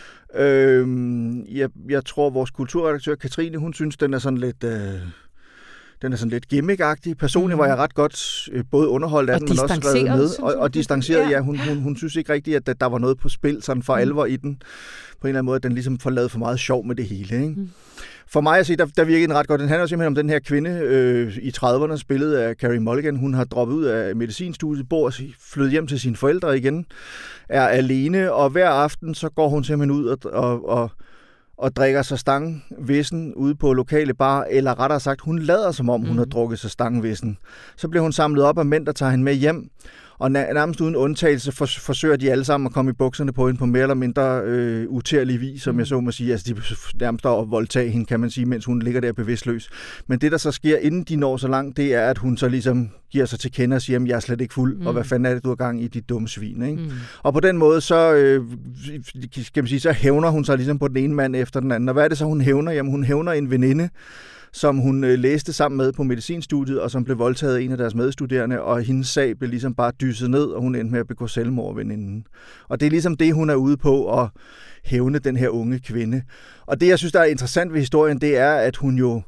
Øh, jeg, jeg tror, vores kulturredaktør Katrine, hun synes, den er sådan lidt... Øh, Den er sådan lidt gimmick-agtig. Personligt mm. var jeg ret godt øh, både underholdt af og den, men også skrevet med. Og, og distanceret, ja. ja hun, hun, hun synes ikke rigtigt, at der var noget på spil sådan for mm. alvor i den. På en eller anden måde, at den ligesom får lavet for meget sjov med det hele. Ikke? Mm. For mig at se, der, der virkede den ret godt. Den handler simpelthen om den her kvinde øh, i trediverne, spillet af Carey Mulligan. Hun har droppet ud af medicinstudiet, bor og flyttet hjem til sine forældre igen, er alene, og hver aften så går hun simpelthen ud og... og, og og drikker sig stangvissen ude på lokale bar, eller rettere sagt, hun lader som om, hun mm. har drukket sig stangvissen. Så bliver hun samlet op af mænd, der tager hende med hjem, og nærmest uden undtagelse for, forsøger de alle sammen at komme i bukserne på hende på mere eller mindre øh, utærlig vis, som mm. jeg så må sige. Altså, de nærmest står og voldtager hende, kan man sige, mens hun ligger der bevidstløs. Men det, der så sker, inden de når så langt, det er, at hun så ligesom giver sig til kende og siger, at jeg er slet ikke fuld, mm. og hvad fanden er det, du har gang i, dit dumme svin, ikke? Mm. Og på den måde, så, øh, skal man sige, så hævner hun sig ligesom på den ene mand efter den anden. Og hvad er det så, hun hævner? Jamen, hun hævner en veninde, som hun øh, læste sammen med på medicinstudiet, og som blev voldtaget af en af deres medstuderende, og hendes sag blev ligesom bare dysset ned, og hun endte med at begå selvmord, veninden. Og det er ligesom det, hun er ude på at hævne den her unge kvinde. Og det, jeg synes, der er interessant ved historien, det er, at hun jo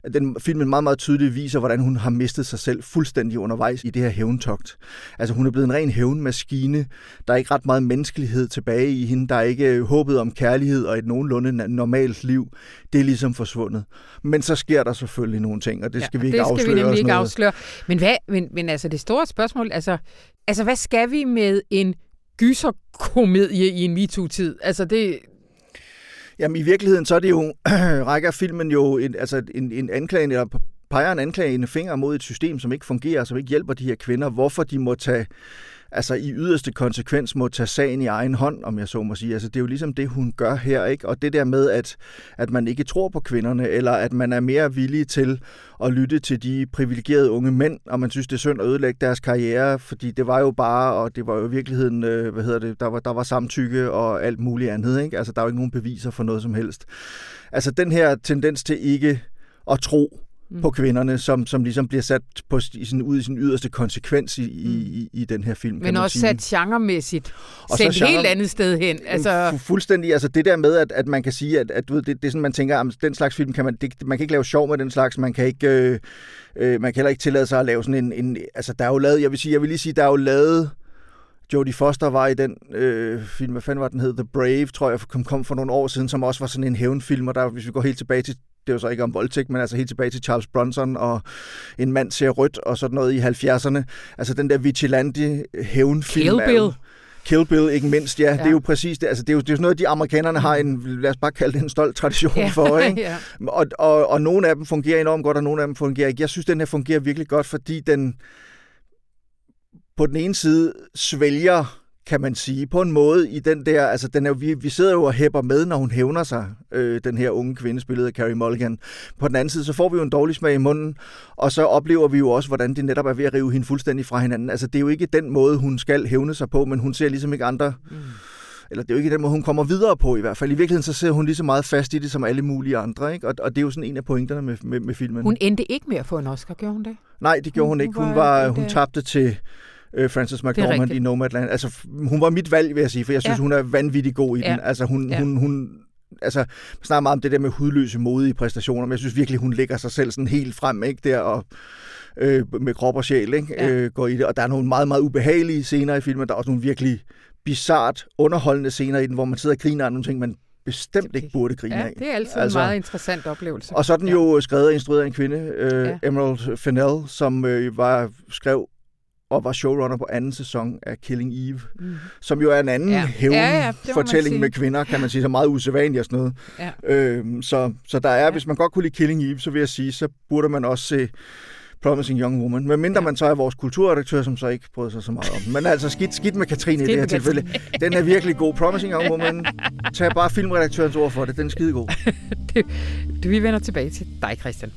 den filmen meget, meget tydeligt viser, hvordan hun har mistet sig selv fuldstændig undervejs i det her hævntogt. Altså hun er blevet en ren hævnmaskine. Der er ikke ret meget menneskelighed tilbage i hende. Der er ikke håbet om kærlighed og et nogenlunde normalt liv. Det er ligesom forsvundet. Men så sker der selvfølgelig nogle ting, og det skal ja, vi ikke afsløre. Det skal vi nemlig ikke noget. afsløre. Men, hvad, men, men altså det store spørgsmål, altså, altså hvad skal vi med en gyserkomedie i en MeToo-tid? Altså det... Jamen i virkeligheden, så er det jo, rækker filmen jo en, altså en, en anklage, eller peger en anklagende finger mod et system, som ikke fungerer, som ikke hjælper de her kvinder, hvorfor de må tage, altså i yderste konsekvens må tage sagen i egen hånd, om jeg så må sige. Altså det er jo ligesom det, hun gør her, ikke? Og det der med, at, at man ikke tror på kvinderne, eller at man er mere villig til at lytte til de privilegerede unge mænd, og man synes, det er synd at ødelægge deres karriere, fordi det var jo bare, og det var jo i virkeligheden, øh, hvad hedder det, der var, der var samtykke og alt muligt andet, ikke? Altså der er jo ikke nogen beviser for noget som helst. Altså den her tendens til ikke at tro Mm. på kvinderne, som, som ligesom bliver sat på, i sin, ud i sin yderste konsekvens i, mm. i, i den her film. Men også sige. sat genremæssigt. Sendt et genre, helt andet sted hen. Altså... Fu- fuldstændig. Altså det der med, at, at man kan sige, at, at du ved, det, det er sådan, man tænker, at den slags film kan man, det, man kan ikke lave sjov med den slags, man kan ikke, øh, øh, man kan heller ikke tillade sig at lave sådan en, en, altså der er jo lavet, jeg vil sige, jeg vil lige sige, der er jo lavet, Jodie Foster var i den øh, film, hvad fanden var den hed, The Brave, tror jeg, kom, kom for nogle år siden, som også var sådan en hævnfilm, og der, hvis vi går helt tilbage til, det er jo så ikke om voldtægt, men altså helt tilbage til Charles Bronson, og En mand ser rødt, og sådan noget i halvfjerdserne. Altså den der vigilante hævnfilm. Kill Bill. Jo, Kill Bill, ikke mindst, ja, ja. Det er jo præcis det. Altså det er jo, det er jo sådan noget, de amerikanerne har en, lad os bare kalde det en stolt tradition ja. for, ikke? ja. og, og, og nogle af dem fungerer enormt godt, og nogle af dem fungerer ikke. Jeg synes, den her fungerer virkelig godt, fordi den på den ene side svælger, kan man sige, på en måde i den der, altså den er, vi, vi sidder jo og hæpper med, når hun hævner sig, øh, den her unge kvinde, spillet af Carey Mulligan. På den anden side, så får vi jo en dårlig smag i munden, og så oplever vi jo også, hvordan det netop er ved at rive hende fuldstændig fra hinanden. Altså det er jo ikke den måde, hun skal hævne sig på, men hun ser ligesom ikke andre, mm. eller det er jo ikke den måde, hun kommer videre på i hvert fald. I virkeligheden, så ser hun lige så meget fast i det, som alle mulige andre, ikke? Og, og det er jo sådan en af pointerne med, med, med filmen. Hun endte ikke med at få en Oscar, gjorde hun det? Nej, det gjorde hun, hun ikke. Hun, var, hun tabte til Frances McDormand i Nomadland. Altså, hun var mit valg, vil jeg sige, for jeg synes, ja. hun er vanvittigt god i ja. den. Altså, hun, ja. hun, hun, altså, man snakker meget om det der med hudløse modige præstationer, men jeg synes virkelig, hun lægger sig selv sådan helt frem, ikke, der og øh, med krop og sjæl, ikke, ja. øh, går i det. Og der er nogle meget, meget ubehagelige scener i filmen. Der er også nogle virkelig bizart underholdende scener i den, hvor man sidder og griner af nogle ting, man bestemt ikke burde grine ja, af. det er altid altså, en meget interessant oplevelse. Og så er den jo ja. skrevet og instrueret af en kvinde, øh, ja. Emerald Fennell, som øh, var skrev og var showrunner på anden sæson af Killing Eve, mm. som jo er en anden ja. hævnfortælling ja, ja, med kvinder, kan man sige, så meget usædvanligt og sådan noget. Ja. Øhm, så, så der er, ja. hvis man godt kunne lide Killing Eve, så vil jeg sige, så burde man også se Promising Young Woman. Men mindre ja. man så er vores kulturredaktør, som så ikke bryder sig så meget om. Men altså skidt, skidt med Katrine skidt i det her tilfælde. Den er virkelig god. Promising Young Woman. Tag bare filmredaktørens ord for det. Den er skidegod. det, det, vi vender tilbage til dig, Christian.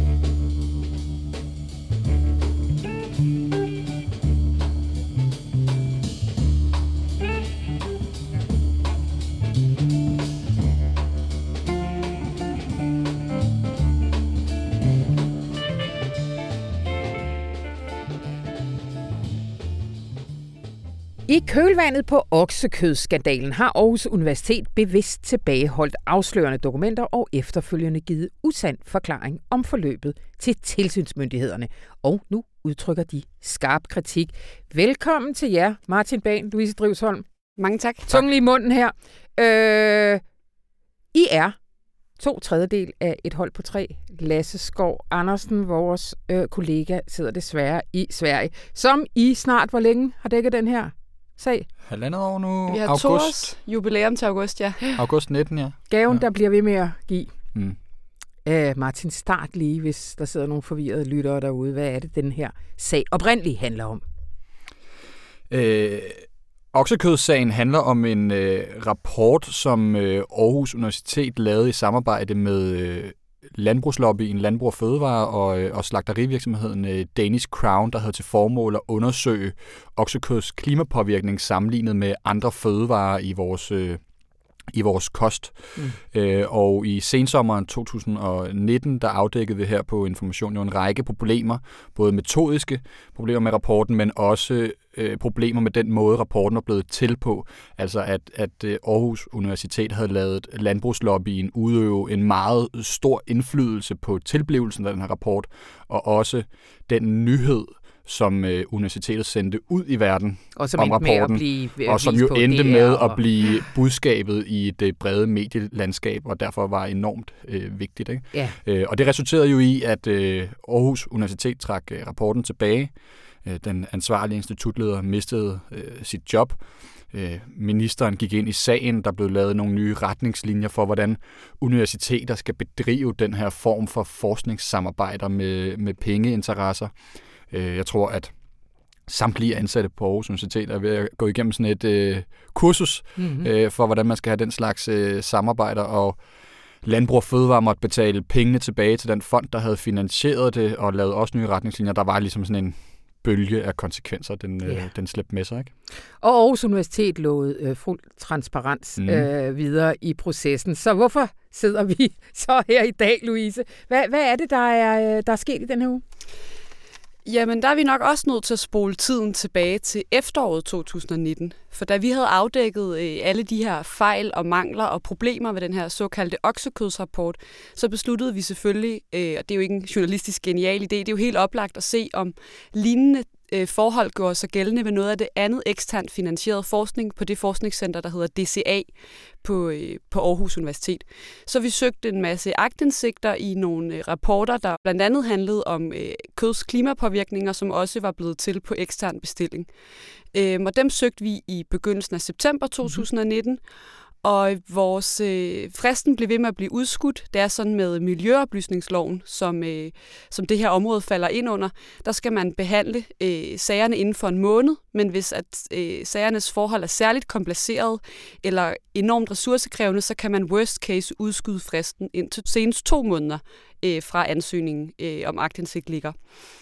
I kølvandet på oksekødsskandalen har Aarhus Universitet bevidst tilbageholdt afslørende dokumenter og efterfølgende givet usand forklaring om forløbet til tilsynsmyndighederne. Og nu udtrykker de skarp kritik. Velkommen til jer, Martin Bahn, Louise Drivsholm. Mange tak. Tungen i munden her. Øh, I er to tredjedel af et hold på tre. Lasse Skov Andersen, vores øh, kollega, sidder desværre i Sverige, som I snart, hvor længe har dækket den her sag? Halvandet år nu. Vi har august. to års jubilæum til august, ja. August nitten, ja. Gaven, ja. der bliver ved med at give. Mm. Æh, Martin, start lige, hvis der sidder nogle forvirrede lyttere derude. Hvad er det, den her sag oprindeligt handler om? Øh, oksekødssagen handler om en øh, rapport, som øh, Aarhus Universitet lavede i samarbejde med øh, landbrugslobbyen, Landbrug og Fødevare og, øh, og slagterivirksomheden øh, Danish Crown, der havde til formål at undersøge oksekøds klimapåvirkning sammenlignet med andre fødevarer i vores øh, i vores kost. Mm. Øh, og i sensommeren to tusind nitten, der afdækkede vi her på Information jo en række problemer, både metodiske problemer med rapporten, men også øh, problemer med den måde, rapporten er blevet til på. Altså at, at øh, Aarhus Universitet havde lavet landbrugslobbyen udøve en meget stor indflydelse på tilblivelsen af den her rapport, og også den nyhed, som øh, universitetet sendte ud i verden og som om rapporten, blive, og som jo endte D R med og... at blive budskabet i det brede medielandskab, og derfor var enormt øh, vigtigt. Ikke? Ja. Øh, og det resulterede jo i, at øh, Aarhus Universitet trak øh, rapporten tilbage. Øh, den ansvarlige institutleder mistede øh, sit job. Øh, ministeren gik ind i sagen, der blev lavet nogle nye retningslinjer for, hvordan universiteter skal bedrive den her form for forskningssamarbejder med, med pengeinteresser. Jeg tror, at samtlige ansatte på Aarhus Universitet er ved at gå igennem sådan et øh, kursus mm-hmm. øh, for, hvordan man skal have den slags øh, samarbejder, og Landbrug og Fødevare måtte betale pengene tilbage til den fond, der havde finansieret det, og lavet også nye retningslinjer. Der var ligesom sådan en bølge af konsekvenser, den, øh, den slæbte med sig. Ikke? Og Aarhus Universitet lovede øh, fuld transparens mm. øh, videre i processen. Så hvorfor sidder vi så her i dag, Louise? Hvad, hvad er det, der er, der er sket i den her uge? Jamen, der er vi nok også nødt til at spole tiden tilbage til efteråret to tusind og nitten. For da vi havde afdækket øh, alle de her fejl og mangler og problemer ved den her såkaldte oksekødsrapport, så besluttede vi selvfølgelig, øh, og det er jo ikke en journalistisk genial idé, det er jo helt oplagt at se, om lignende øh, forhold gjorde sig gældende ved noget af det andet eksternt finansieret forskning på det forskningscenter, der hedder D C A på, øh, på Aarhus Universitet. Så vi søgte en masse aktindsigter i nogle øh, rapporter, der blandt andet handlede om øh, køds klimapåvirkninger, som også var blevet til på ekstern bestilling. Øh, og dem søgte vi i begyndelsen af september to tusind og nitten, og vores øh, fristen blev ved med at blive udskudt. Det er sådan med miljøoplysningsloven, som, øh, som det her område falder ind under. Der skal man behandle øh, sagerne inden for en måned, men hvis at øh, sagernes forhold er særligt kompliceret eller enormt ressourcekrævende, så kan man worst case udskyde fristen indtil senest to måneder øh, fra ansøgningen øh, om aktindsigt ligger.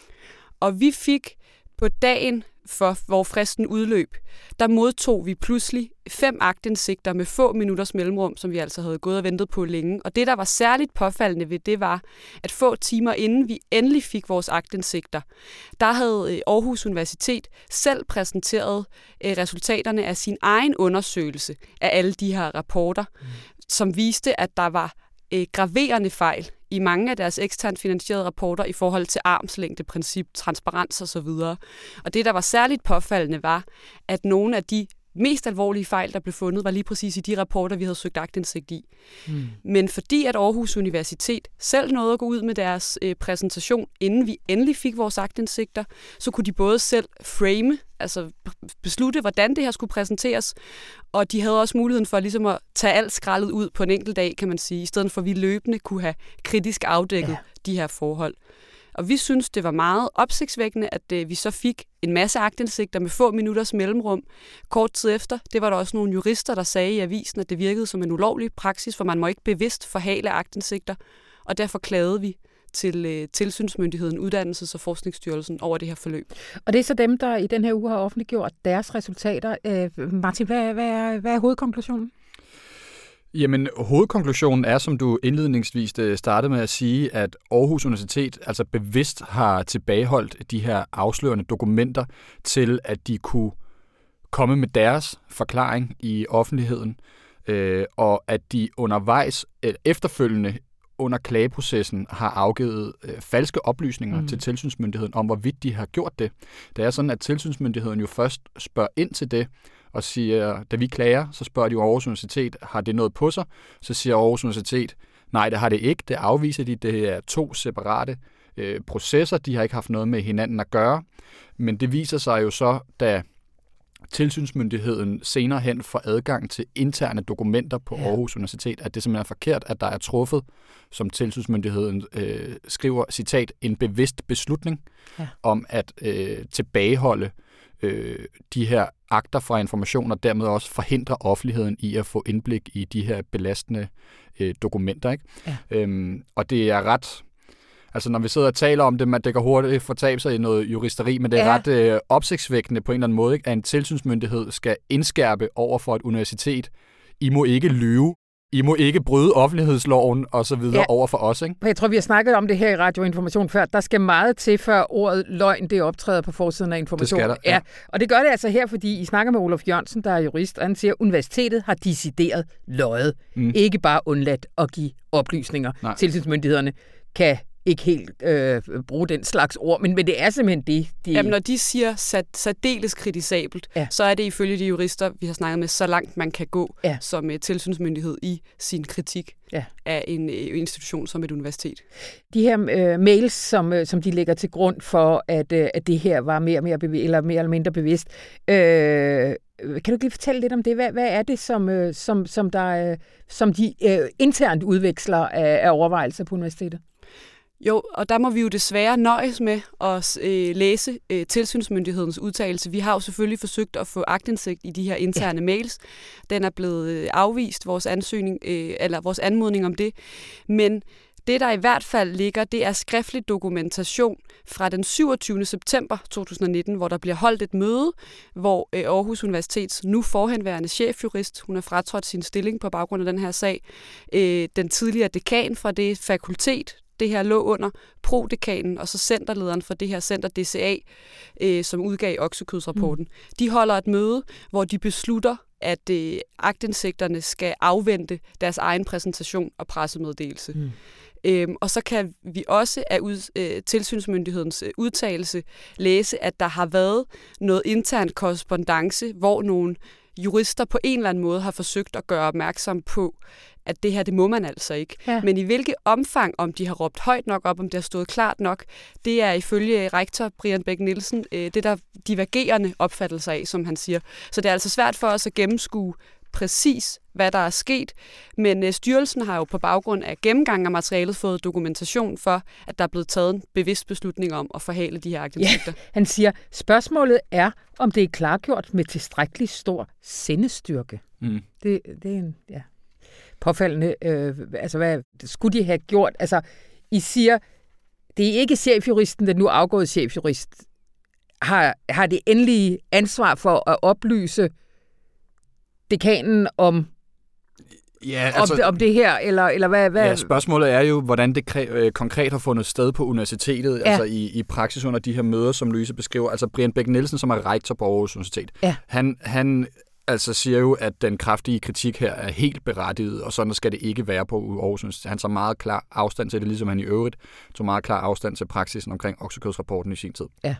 Og vi fik på dagen for, hvor fristen udløb, der modtog vi pludselig fem aktindsigter med få minutters mellemrum, som vi altså havde gået og ventet på længe. Og det, der var særligt påfaldende ved det, var, at få timer inden vi endelig fik vores aktindsigter, der havde Aarhus Universitet selv præsenteret resultaterne af sin egen undersøgelse af alle de her rapporter, mm. som viste, at der var graverende fejl i mange af deres eksternt finansierede rapporter i forhold til armslængdeprincip, transparens osv. Og det, der var særligt påfaldende, var, at nogle af de mest alvorlige fejl, der blev fundet, var lige præcis i de rapporter, vi havde søgt aktindsigt i. Mm. Men fordi at Aarhus Universitet selv nåede at gå ud med deres øh, præsentation, inden vi endelig fik vores aktindsigter, så kunne de både selv frame, altså beslutte, hvordan det her skulle præsenteres, og de havde også muligheden for ligesom at tage alt skraldet ud på en enkelt dag, kan man sige, i stedet for at vi løbende kunne have kritisk afdækket ja. de her forhold. Og vi synes, det var meget opsigtsvækkende, at øh, vi så fik en masse aktindsigter med få minutters mellemrum. Kort tid efter, det var der også nogle jurister, der sagde i avisen, at det virkede som en ulovlig praksis, for man må ikke bevidst forhale aktindsigter. Og derfor klagede vi til øh, tilsynsmyndigheden, Uddannelses- og Forskningsstyrelsen over det her forløb. Og det er så dem, der i den her uge har offentliggjort deres resultater. Øh, Martin, hvad, hvad, er, hvad er hovedkonklusionen? Jamen, hovedkonklusionen er, som du indledningsvis startede med at sige, at Aarhus Universitet altså bevidst har tilbageholdt de her afslørende dokumenter til, at de kunne komme med deres forklaring i offentligheden, øh, og at de undervejs øh, efterfølgende under klageprocessen har afgivet øh, falske oplysninger mm. til tilsynsmyndigheden om, hvorvidt de har gjort det. Det er sådan, at tilsynsmyndigheden jo først spørger ind til det, og siger, da vi klager, så spørger de jo Aarhus Universitet, har det noget på sig? Så siger Aarhus Universitet, nej, det har det ikke. Det afviser de. Det er to separate øh, processer. De har ikke haft noget med hinanden at gøre. Men det viser sig jo så, da tilsynsmyndigheden senere hen får adgang til interne dokumenter på Aarhus Universitet, at det simpelthen er forkert, at der er truffet, som tilsynsmyndigheden øh, skriver, citat, en bevidst beslutning ja. om at øh, tilbageholde øh, de her akter fra information, og dermed også forhindre offentligheden i at få indblik i de her belastende øh, dokumenter. Ikke? Ja. Øhm, og det er ret... Altså, når vi sidder og taler om det, man det kan hurtigt fortabe sig i noget juristeri, men det er ja. ret øh, opsigtsvækkende på en eller anden måde, ikke? At en tilsynsmyndighed skal indskærpe over for et universitet, I må ikke lyve I må ikke bryde offentlighedsloven og så videre ja. over for os, ikke? Jeg tror, vi har snakket om det her i Radio Information før. Der skal meget til, før ordet løgn det optræder på forsiden af Information. Det skal der, ja. ja. Og det gør det altså her, fordi I snakker med Oluf Jørgensen, der er jurist, og han siger, at universitetet har decideret løjet. Mm. Ikke bare undladt at give oplysninger. Nej. Tilsynsmyndighederne kan ikke helt øh, bruge den slags ord, men, men det er simpelthen det. De... Jamen, når de siger sat, særdeles kritisabelt, ja. så er det ifølge de jurister, vi har snakket med, så langt man kan gå ja. som uh, tilsynsmyndighed i sin kritik ja. af en uh, institution som et universitet. De her uh, mails, som, uh, som de lægger til grund for, at, uh, at det her var mere, mere, bev- eller mere eller mindre bevidst, uh, kan du ikke lige fortælle lidt om det? Hvad, hvad er det, som, uh, som, som, der, uh, som de uh, internt udveksler af, af overvejelser på universitetet? Jo, og der må vi jo desværre nøjes med at øh, læse øh, tilsynsmyndighedens udtalelse. Vi har jo selvfølgelig forsøgt at få aktindsigt i de her interne ja. mails. Den er blevet øh, afvist, vores ansøgning, øh, eller vores anmodning om det. Men det, der i hvert fald ligger, det er skriftlig dokumentation fra den syvogtyvende september to tusind nitten, hvor der bliver holdt et møde, hvor øh, Aarhus Universitets nu forhenværende chefjurist, hun har fratrådt sin stilling på baggrund af den her sag, øh, den tidligere dekan fra det fakultet, det her lå under, prodekanen og så centerlederen for det her center D C A, øh, som udgav oksekødsrapporten. Mm. De holder et møde, hvor de beslutter, at øh, aktindsigterne skal afvente deres egen præsentation og pressemeddelelse. Mm. Øhm, og så kan vi også af ud, øh, tilsynsmyndighedens øh, udtalelse læse, at der har været noget intern korrespondance, hvor nogle jurister på en eller anden måde har forsøgt at gøre opmærksom på, at det her, det må man altså ikke. Ja. Men i hvilket omfang, om de har råbt højt nok op, om det har stået klart nok, det er ifølge rektor Brian Bæk Nielsen, øh, det der divergerende opfattelser af, som han siger. Så det er altså svært for os at gennemskue præcis, hvad der er sket, men øh, styrelsen har jo på baggrund af gennemgang af materialet fået dokumentation for, at der er blevet taget en bevidst beslutning om at forhale de her aktiviteter. Ja, han siger, spørgsmålet er, om det er klargjort med tilstrækkelig stor sindestyrke. Mm. Det, det er en, ja, påfaldende. Øh, altså, hvad skulle de have gjort? Altså, I siger, det er ikke chefjuristen, den nu afgåede chefjurist, har, har det endelige ansvar for at oplyse dekanen om, ja, altså, om, det, om det her, eller, eller hvad, hvad? Ja, spørgsmålet er jo, hvordan det kre- øh, konkret har fundet sted på universitetet, ja. altså i, i praksis under de her møder, som Louise beskriver. Altså Brian Bæk Nielsen, som er rektor på Aarhus Universitet, ja. han, han altså siger jo, at den kraftige kritik her er helt berettiget, og sådan skal det ikke være på Aarhus Universitet. Han tager meget klar afstand til det, ligesom han i øvrigt tog meget klar afstand til praksisen omkring oksekødsrapporten i sin tid. Ja.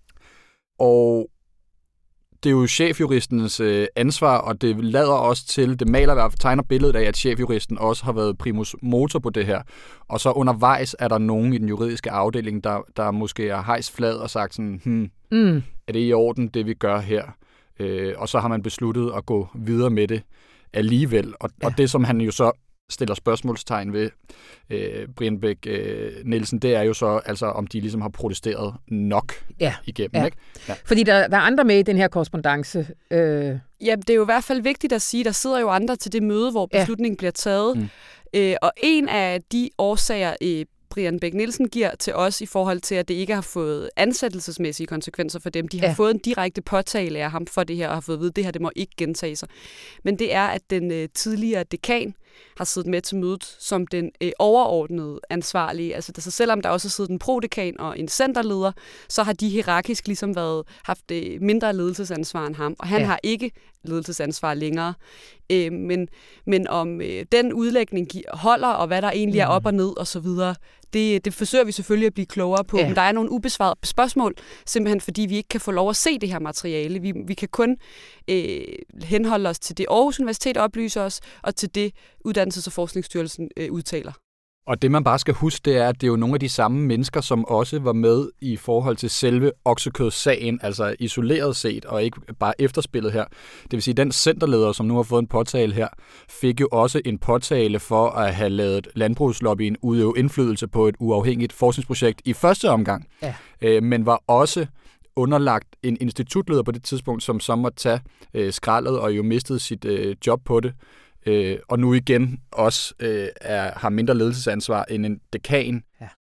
Og det er jo chefjuristens øh, ansvar, og det lader også til, det maler i hvert fald, tegner billedet af, at chefjuristen også har været primus motor på det her. Og så undervejs er der nogen i den juridiske afdeling, der, der måske har hejst flad og sagt sådan, hmm, mm. er det i orden, det vi gør her? Øh, og så har man besluttet at gå videre med det alligevel. Og, ja. og det, som han jo så stiller spørgsmålstegn ved, øh, Brian Bæk øh, Nielsen, det er jo så, altså, om de ligesom har protesteret nok ja. igennem. Ja. Ikke? Ja. Fordi der, der er andre med i den her korrespondance. Øh... Ja, det er jo i hvert fald vigtigt at sige, der sidder jo andre til det møde, hvor beslutningen ja. bliver taget. Mm. Øh, og en af de årsager, øh, Brian Bæk Nielsen giver til os i forhold til, at det ikke har fået ansættelsesmæssige konsekvenser for dem. De har ja. fået en direkte påtale af ham for det her, og har fået at vide, at det her det må ikke gentage sig. Men det er, at den øh, tidligere dekan har siddet med til mødet som den øh, overordnede ansvarlige. Altså, så selvom der også har siddet en prodekan og en centerleder, så har de hierarkisk ligesom været, haft øh, mindre ledelsesansvar end ham, og han ja. har ikke ledelsesansvar længere. Øh, men, men om øh, den udlægning holder, og hvad der egentlig er op og ned og så videre, det, det forsøger vi selvfølgelig at blive klogere på. Ja. Men der er nogle ubesvarede spørgsmål, simpelthen fordi vi ikke kan få lov at se det her materiale. Vi, vi kan kun øh, henholde os til det Aarhus Universitet oplyser os, og til det Uddannelses- og Forskningsstyrelsen øh, udtaler. Og det, man bare skal huske, det er, at det er jo nogle af de samme mennesker, som også var med i forhold til selve oksekødssagen, altså isoleret set, og ikke bare efterspillet her. Det vil sige, at den centerleder, som nu har fået en påtale her, fik jo også en påtale for at have lavet landbrugslobbyen udøve indflydelse på et uafhængigt forskningsprojekt i første omgang, ja. øh, men var også underlagt en institutleder på det tidspunkt, som så måtte tage øh, skraldet og jo mistede sit øh, job på det. Øh, og nu igen også øh, er, har mindre ledelsesansvar end en dekan. Ja.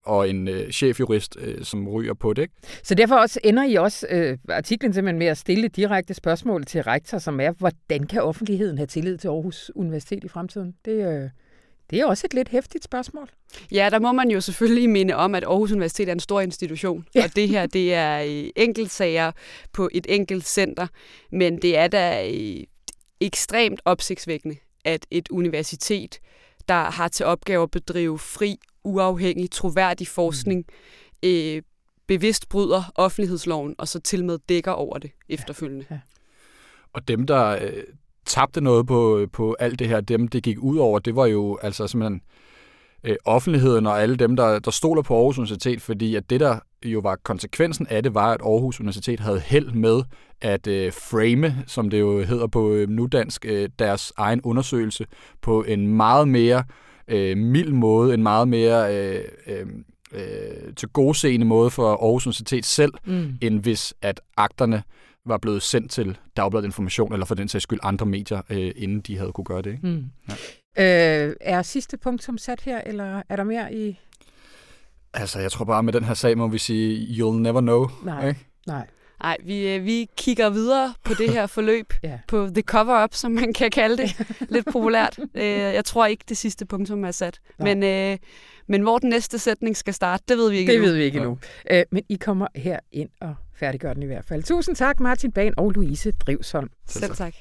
og en øh, chefjurist, øh, som ryger på det. Ikke? Så derfor også ender I også øh, artiklen simpelthen med at stille direkte spørgsmål til rektor, som er, hvordan kan offentligheden have tillid til Aarhus Universitet i fremtiden? Det, øh, det er også et lidt heftigt spørgsmål. Ja, der må man jo selvfølgelig minde om, at Aarhus Universitet er en stor institution, ja. Og det her, det er enkeltsager på et enkelt center, men det er da ekstremt opsigtsvækkende, at et universitet, der har til opgave at bedrive fri, uafhængig, troværdig forskning, mm. øh, bevidst bryder offentlighedsloven, og så til med dækker over det efterfølgende. Ja. Ja. Og dem, der øh, tabte noget på, på alt det her, dem det gik ud over, det var jo altså simpelthen øh, offentligheden og alle dem, der, der stoler på Aarhus Universitet, fordi at det, der jo var konsekvensen af det, var, at Aarhus Universitet havde held med at øh, frame, som det jo hedder på øh, nudansk, øh, deres egen undersøgelse på en meget mere øh, mild måde, en meget mere øh, øh, øh, til godseende måde for Aarhus Universitet selv, mm. end hvis at akterne var blevet sendt til Dagbladet Information, eller for den sags skyld andre medier, øh, inden de havde kunne gøre det. Ikke? Mm. Ja. Øh, er sidste punktum sat her, eller er der mere i... Altså, jeg tror bare, med den her sag må vi sige, you'll never know. Nej, ikke? nej. Nej, vi, vi kigger videre på det her forløb, ja. På the cover-up, som man kan kalde det, lidt populært. Jeg tror ikke, det sidste punktum er sat. Men, øh, men hvor den næste sætning skal starte, det ved vi ikke det endnu. Det ved vi ikke endnu. Ja. Men I kommer her ind og færdiggør den i hvert fald. Tusind tak, Martin Bahn og Louise Drivsholm. Selv, Selv tak.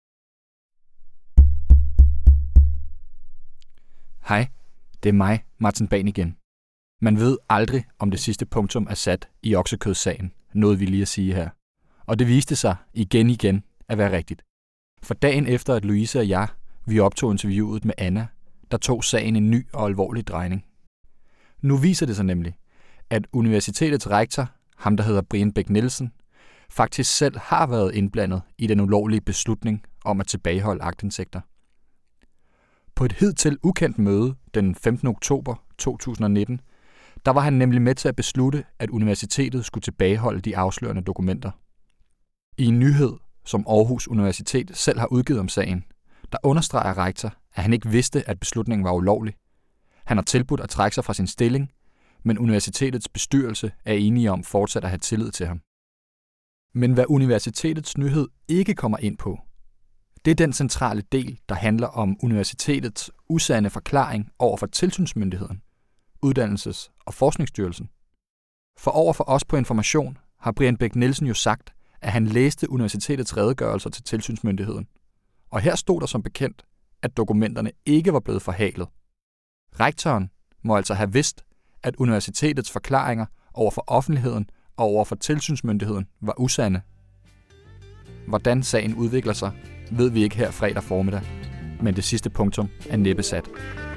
Hej, det er mig, Martin Bahn igen. Man ved aldrig, om det sidste punktum er sat i oksekødssagen, noget vi lige at sige her. Og det viste sig igen igen at være rigtigt. For dagen efter, at Louise og jeg, vi optog interviewet med Anna, der tog sagen en ny og alvorlig drejning. Nu viser det sig nemlig, at universitetets rektor, ham der hedder Brian Bech Nielsen, faktisk selv har været indblandet i den ulovlige beslutning om at tilbageholde aktindsigter. På et hidtil ukendt møde den femtende oktober to tusind nitten, der var han nemlig med til at beslutte, at universitetet skulle tilbageholde de afslørende dokumenter. I en nyhed, som Aarhus Universitet selv har udgivet om sagen, der understreger rektor, at han ikke vidste, at beslutningen var ulovlig. Han har tilbudt at trække sig fra sin stilling, men universitetets bestyrelse er enige om fortsat at have tillid til ham. Men hvad universitetets nyhed ikke kommer ind på, det er den centrale del, der handler om universitetets usande forklaring over for tilsynsmyndigheden, Uddannelses- og Forskningsstyrelsen. For over for os på Information har Brian Bech Nielsen jo sagt, at han læste universitetets redegørelser til tilsynsmyndigheden. Og her stod der som bekendt, at dokumenterne ikke var blevet forhalet. Rektoren må altså have vidst, at universitetets forklaringer over for offentligheden og over for tilsynsmyndigheden var usande. Hvordan sagen udvikler sig, ved vi ikke her fredag formiddag, men det sidste punktum er næppe sat.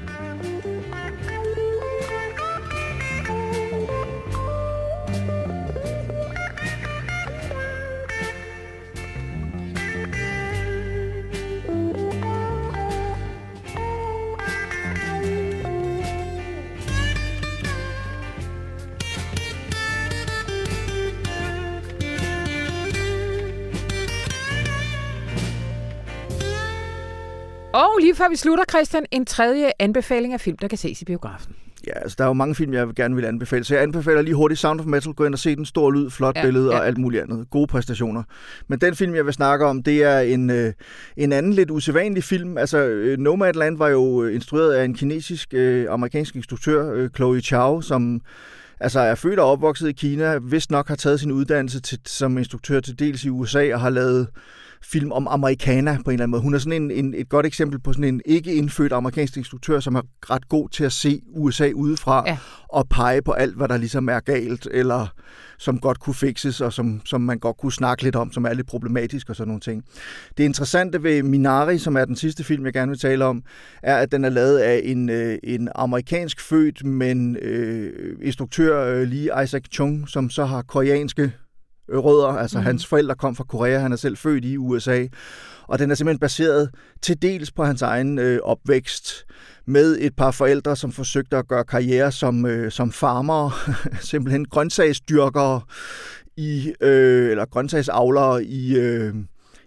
Og lige før vi slutter, Christian, en tredje anbefaling af film, der kan ses i biografen. Ja, altså der er jo mange film, jeg gerne vil anbefale, så jeg anbefaler lige hurtigt Sound of Metal. Gå ind og se den, stor lyd, flot ja, billede ja. og alt muligt andet. Gode præstationer. Men den film, jeg vil snakke om, det er en, øh, en anden lidt usædvanlig film. Altså, øh, Nomadland var jo instrueret af en kinesisk, øh, amerikansk instruktør, øh, Chloe Zhao, som altså er født og opvokset i Kina, vist nok har taget sin uddannelse til, som instruktør til dels i U S A og har lavet film om amerikaner på en eller anden måde. Hun er sådan en, en, et godt eksempel på sådan en ikke indfødt amerikansk instruktør, som er ret god til at se U S A udefra ja. og pege på alt, hvad der ligesom er galt, eller som godt kunne fikses, og som, som man godt kunne snakke lidt om, som er lidt problematisk og sådan nogle ting. Det interessante ved Minari, som er den sidste film, jeg gerne vil tale om, er, at den er lavet af en, øh, en amerikansk født, men øh, instruktør øh, Lee Isaac Chung, som så har koreanske rødder, altså mm. hans forældre kom fra Korea, han er selv født i U S A, og den er simpelthen baseret til dels på hans egen øh, opvækst med et par forældre, som forsøgte at gøre karriere som, øh, som farmere, simpelthen grøntsagsdyrkere i, øh, eller grøntsagsavlere i, øh,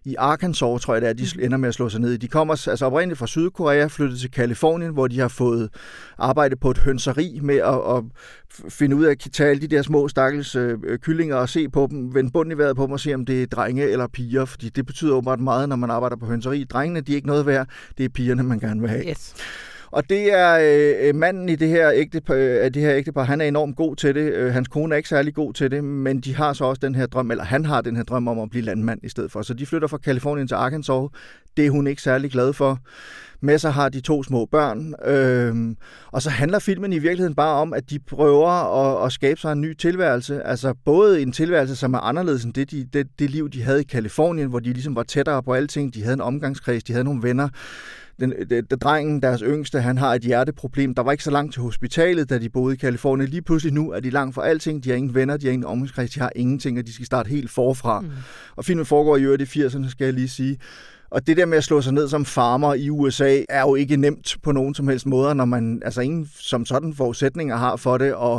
i Arkansas, tror jeg det er, de ender med at slå sig ned i. De kommer altså oprindeligt fra Sydkorea, flyttet til Kalifornien, hvor de har fået arbejde på et hønseri med at, at finde ud af at tage alle de der små stakkels øh, kyllinger og se på dem, vende bunden i vejret på dem og se, om det er drenge eller piger, fordi det betyder åbenbart meget, når man arbejder på hønseri. Drengene, de er ikke noget værd, det er pigerne, man gerne vil have. Yes. Og det er øh, manden i det her, ægtepar, øh, det her ægtepar, han er enormt god til det. Øh, hans kone er ikke særlig god til det, men de har så også den her drøm, eller han har den her drøm om at blive landmand i stedet for. Så de flytter fra Kalifornien til Arkansas. Det er hun ikke særlig glad for. Med sig har de to små børn. Øh, og så handler filmen i virkeligheden bare om, at de prøver at, at skabe sig en ny tilværelse. Altså både en tilværelse, som er anderledes end det, de, det, det liv, de havde i Kalifornien, hvor de ligesom var tættere på alting. De havde en omgangskreds, de havde nogle venner. Den, den, den drengen, deres yngste, han har et hjerteproblem. Der var ikke så langt til hospitalet, da de boede i Kalifornien. Lige pludselig nu er de langt fra alting. De har ingen venner, de har ingen omgangskreds, de har ingenting, og de skal starte helt forfra. Mm. Og filmen foregår i øvrigt i firserne, skal jeg lige sige. Og det der med at slå sig ned som farmer i U S A, er jo ikke nemt på nogen som helst måder, når man altså ingen som sådan forudsætninger har for det, og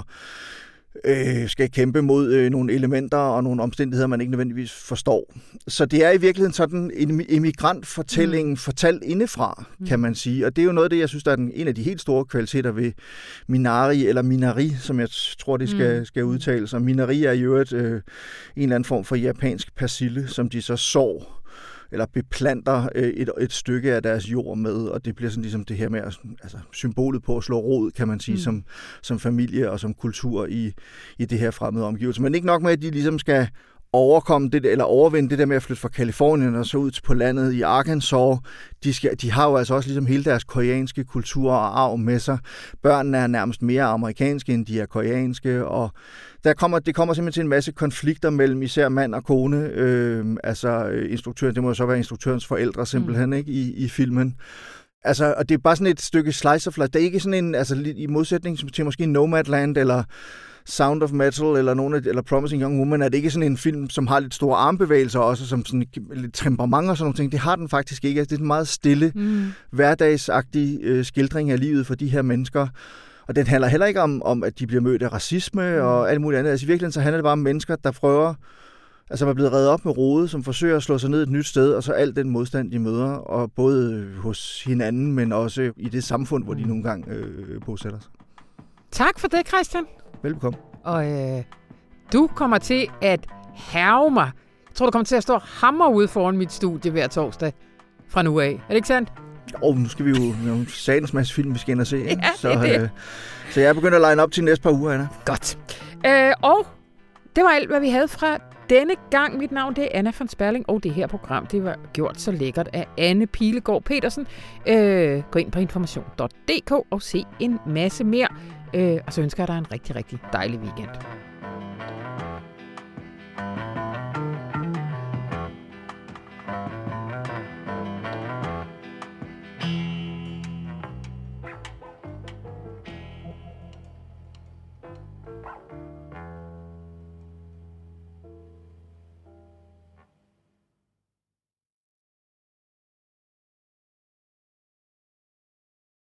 øh, skal kæmpe mod øh, nogle elementer og nogle omstændigheder, man ikke nødvendigvis forstår. Så det er i virkeligheden sådan en emigrantfortælling mm. fortalt indefra, kan man sige. Og det er jo noget af det, jeg synes, der er den, en af de helt store kvaliteter ved Minari, eller Minari, som jeg tror, det skal, mm. skal udtales. Og Minari er jo et, øh, en eller anden form for japansk persille, som de så sår eller beplanter et, et stykke af deres jord med, og det bliver sådan ligesom det her med, altså symbolet på at slå rod, kan man sige, mm. som, som familie og som kultur i, i det her fremmede omgivelser. Men ikke nok med, at de ligesom skal overkomme det, eller overvinde det der med at flytte fra Kalifornien og så ud på landet i Arkansas. De, skal, de har jo altså også ligesom hele deres koreanske kultur og arv med sig. Børnene er nærmest mere amerikanske, end de er koreanske, og der kommer, det kommer simpelthen til en masse konflikter mellem især mand og kone. Øh, altså instruktøren, det må jo så være instruktørens forældre simpelthen, mm. ikke, i, i filmen. Altså, og det er bare sådan et stykke slice of life. Det er ikke sådan en, altså i modsætning til måske Nomadland eller Sound of Metal eller nogle af, eller Promising Young Woman, er det ikke sådan en film, som har lidt store armbevægelser også, som sådan lidt temperament og sådan nogle ting. Det har den faktisk ikke. Altså, det er en meget stille, mm. hverdagsagtig øh, skildring af livet for de her mennesker. Og den handler heller ikke om, om at de bliver mødt af racisme mm. og alt muligt andet. Altså i virkeligheden så handler det bare om mennesker, der prøver, altså man er blevet reddet op med rode, som forsøger at slå sig ned et nyt sted, og så al den modstand, de møder, og både hos hinanden, men også i det samfund, hvor de nogle gange øh, bosætter sig. Tak for det, Christian. Velbekomme. Og øh, du kommer til at hærge mig. Jeg tror, du kommer til at stå hammer ude foran mit studie hver torsdag fra nu af. Er det ikke sandt? Og nu skal vi jo en satans masse film, vi skal ind og se. Ja, så, det. Øh, så jeg er begyndt at line op til næste par uger, Anna. Godt. Øh, og det var alt, hvad vi havde fra denne gang. Mit navn det er Anna von Sperling, og det her program det var gjort så lækkert af Anne Pilegaard Petersen. Øh, gå ind på information punktum d k og se en masse mere. Øh, og så ønsker jeg dig en rigtig, rigtig dejlig weekend.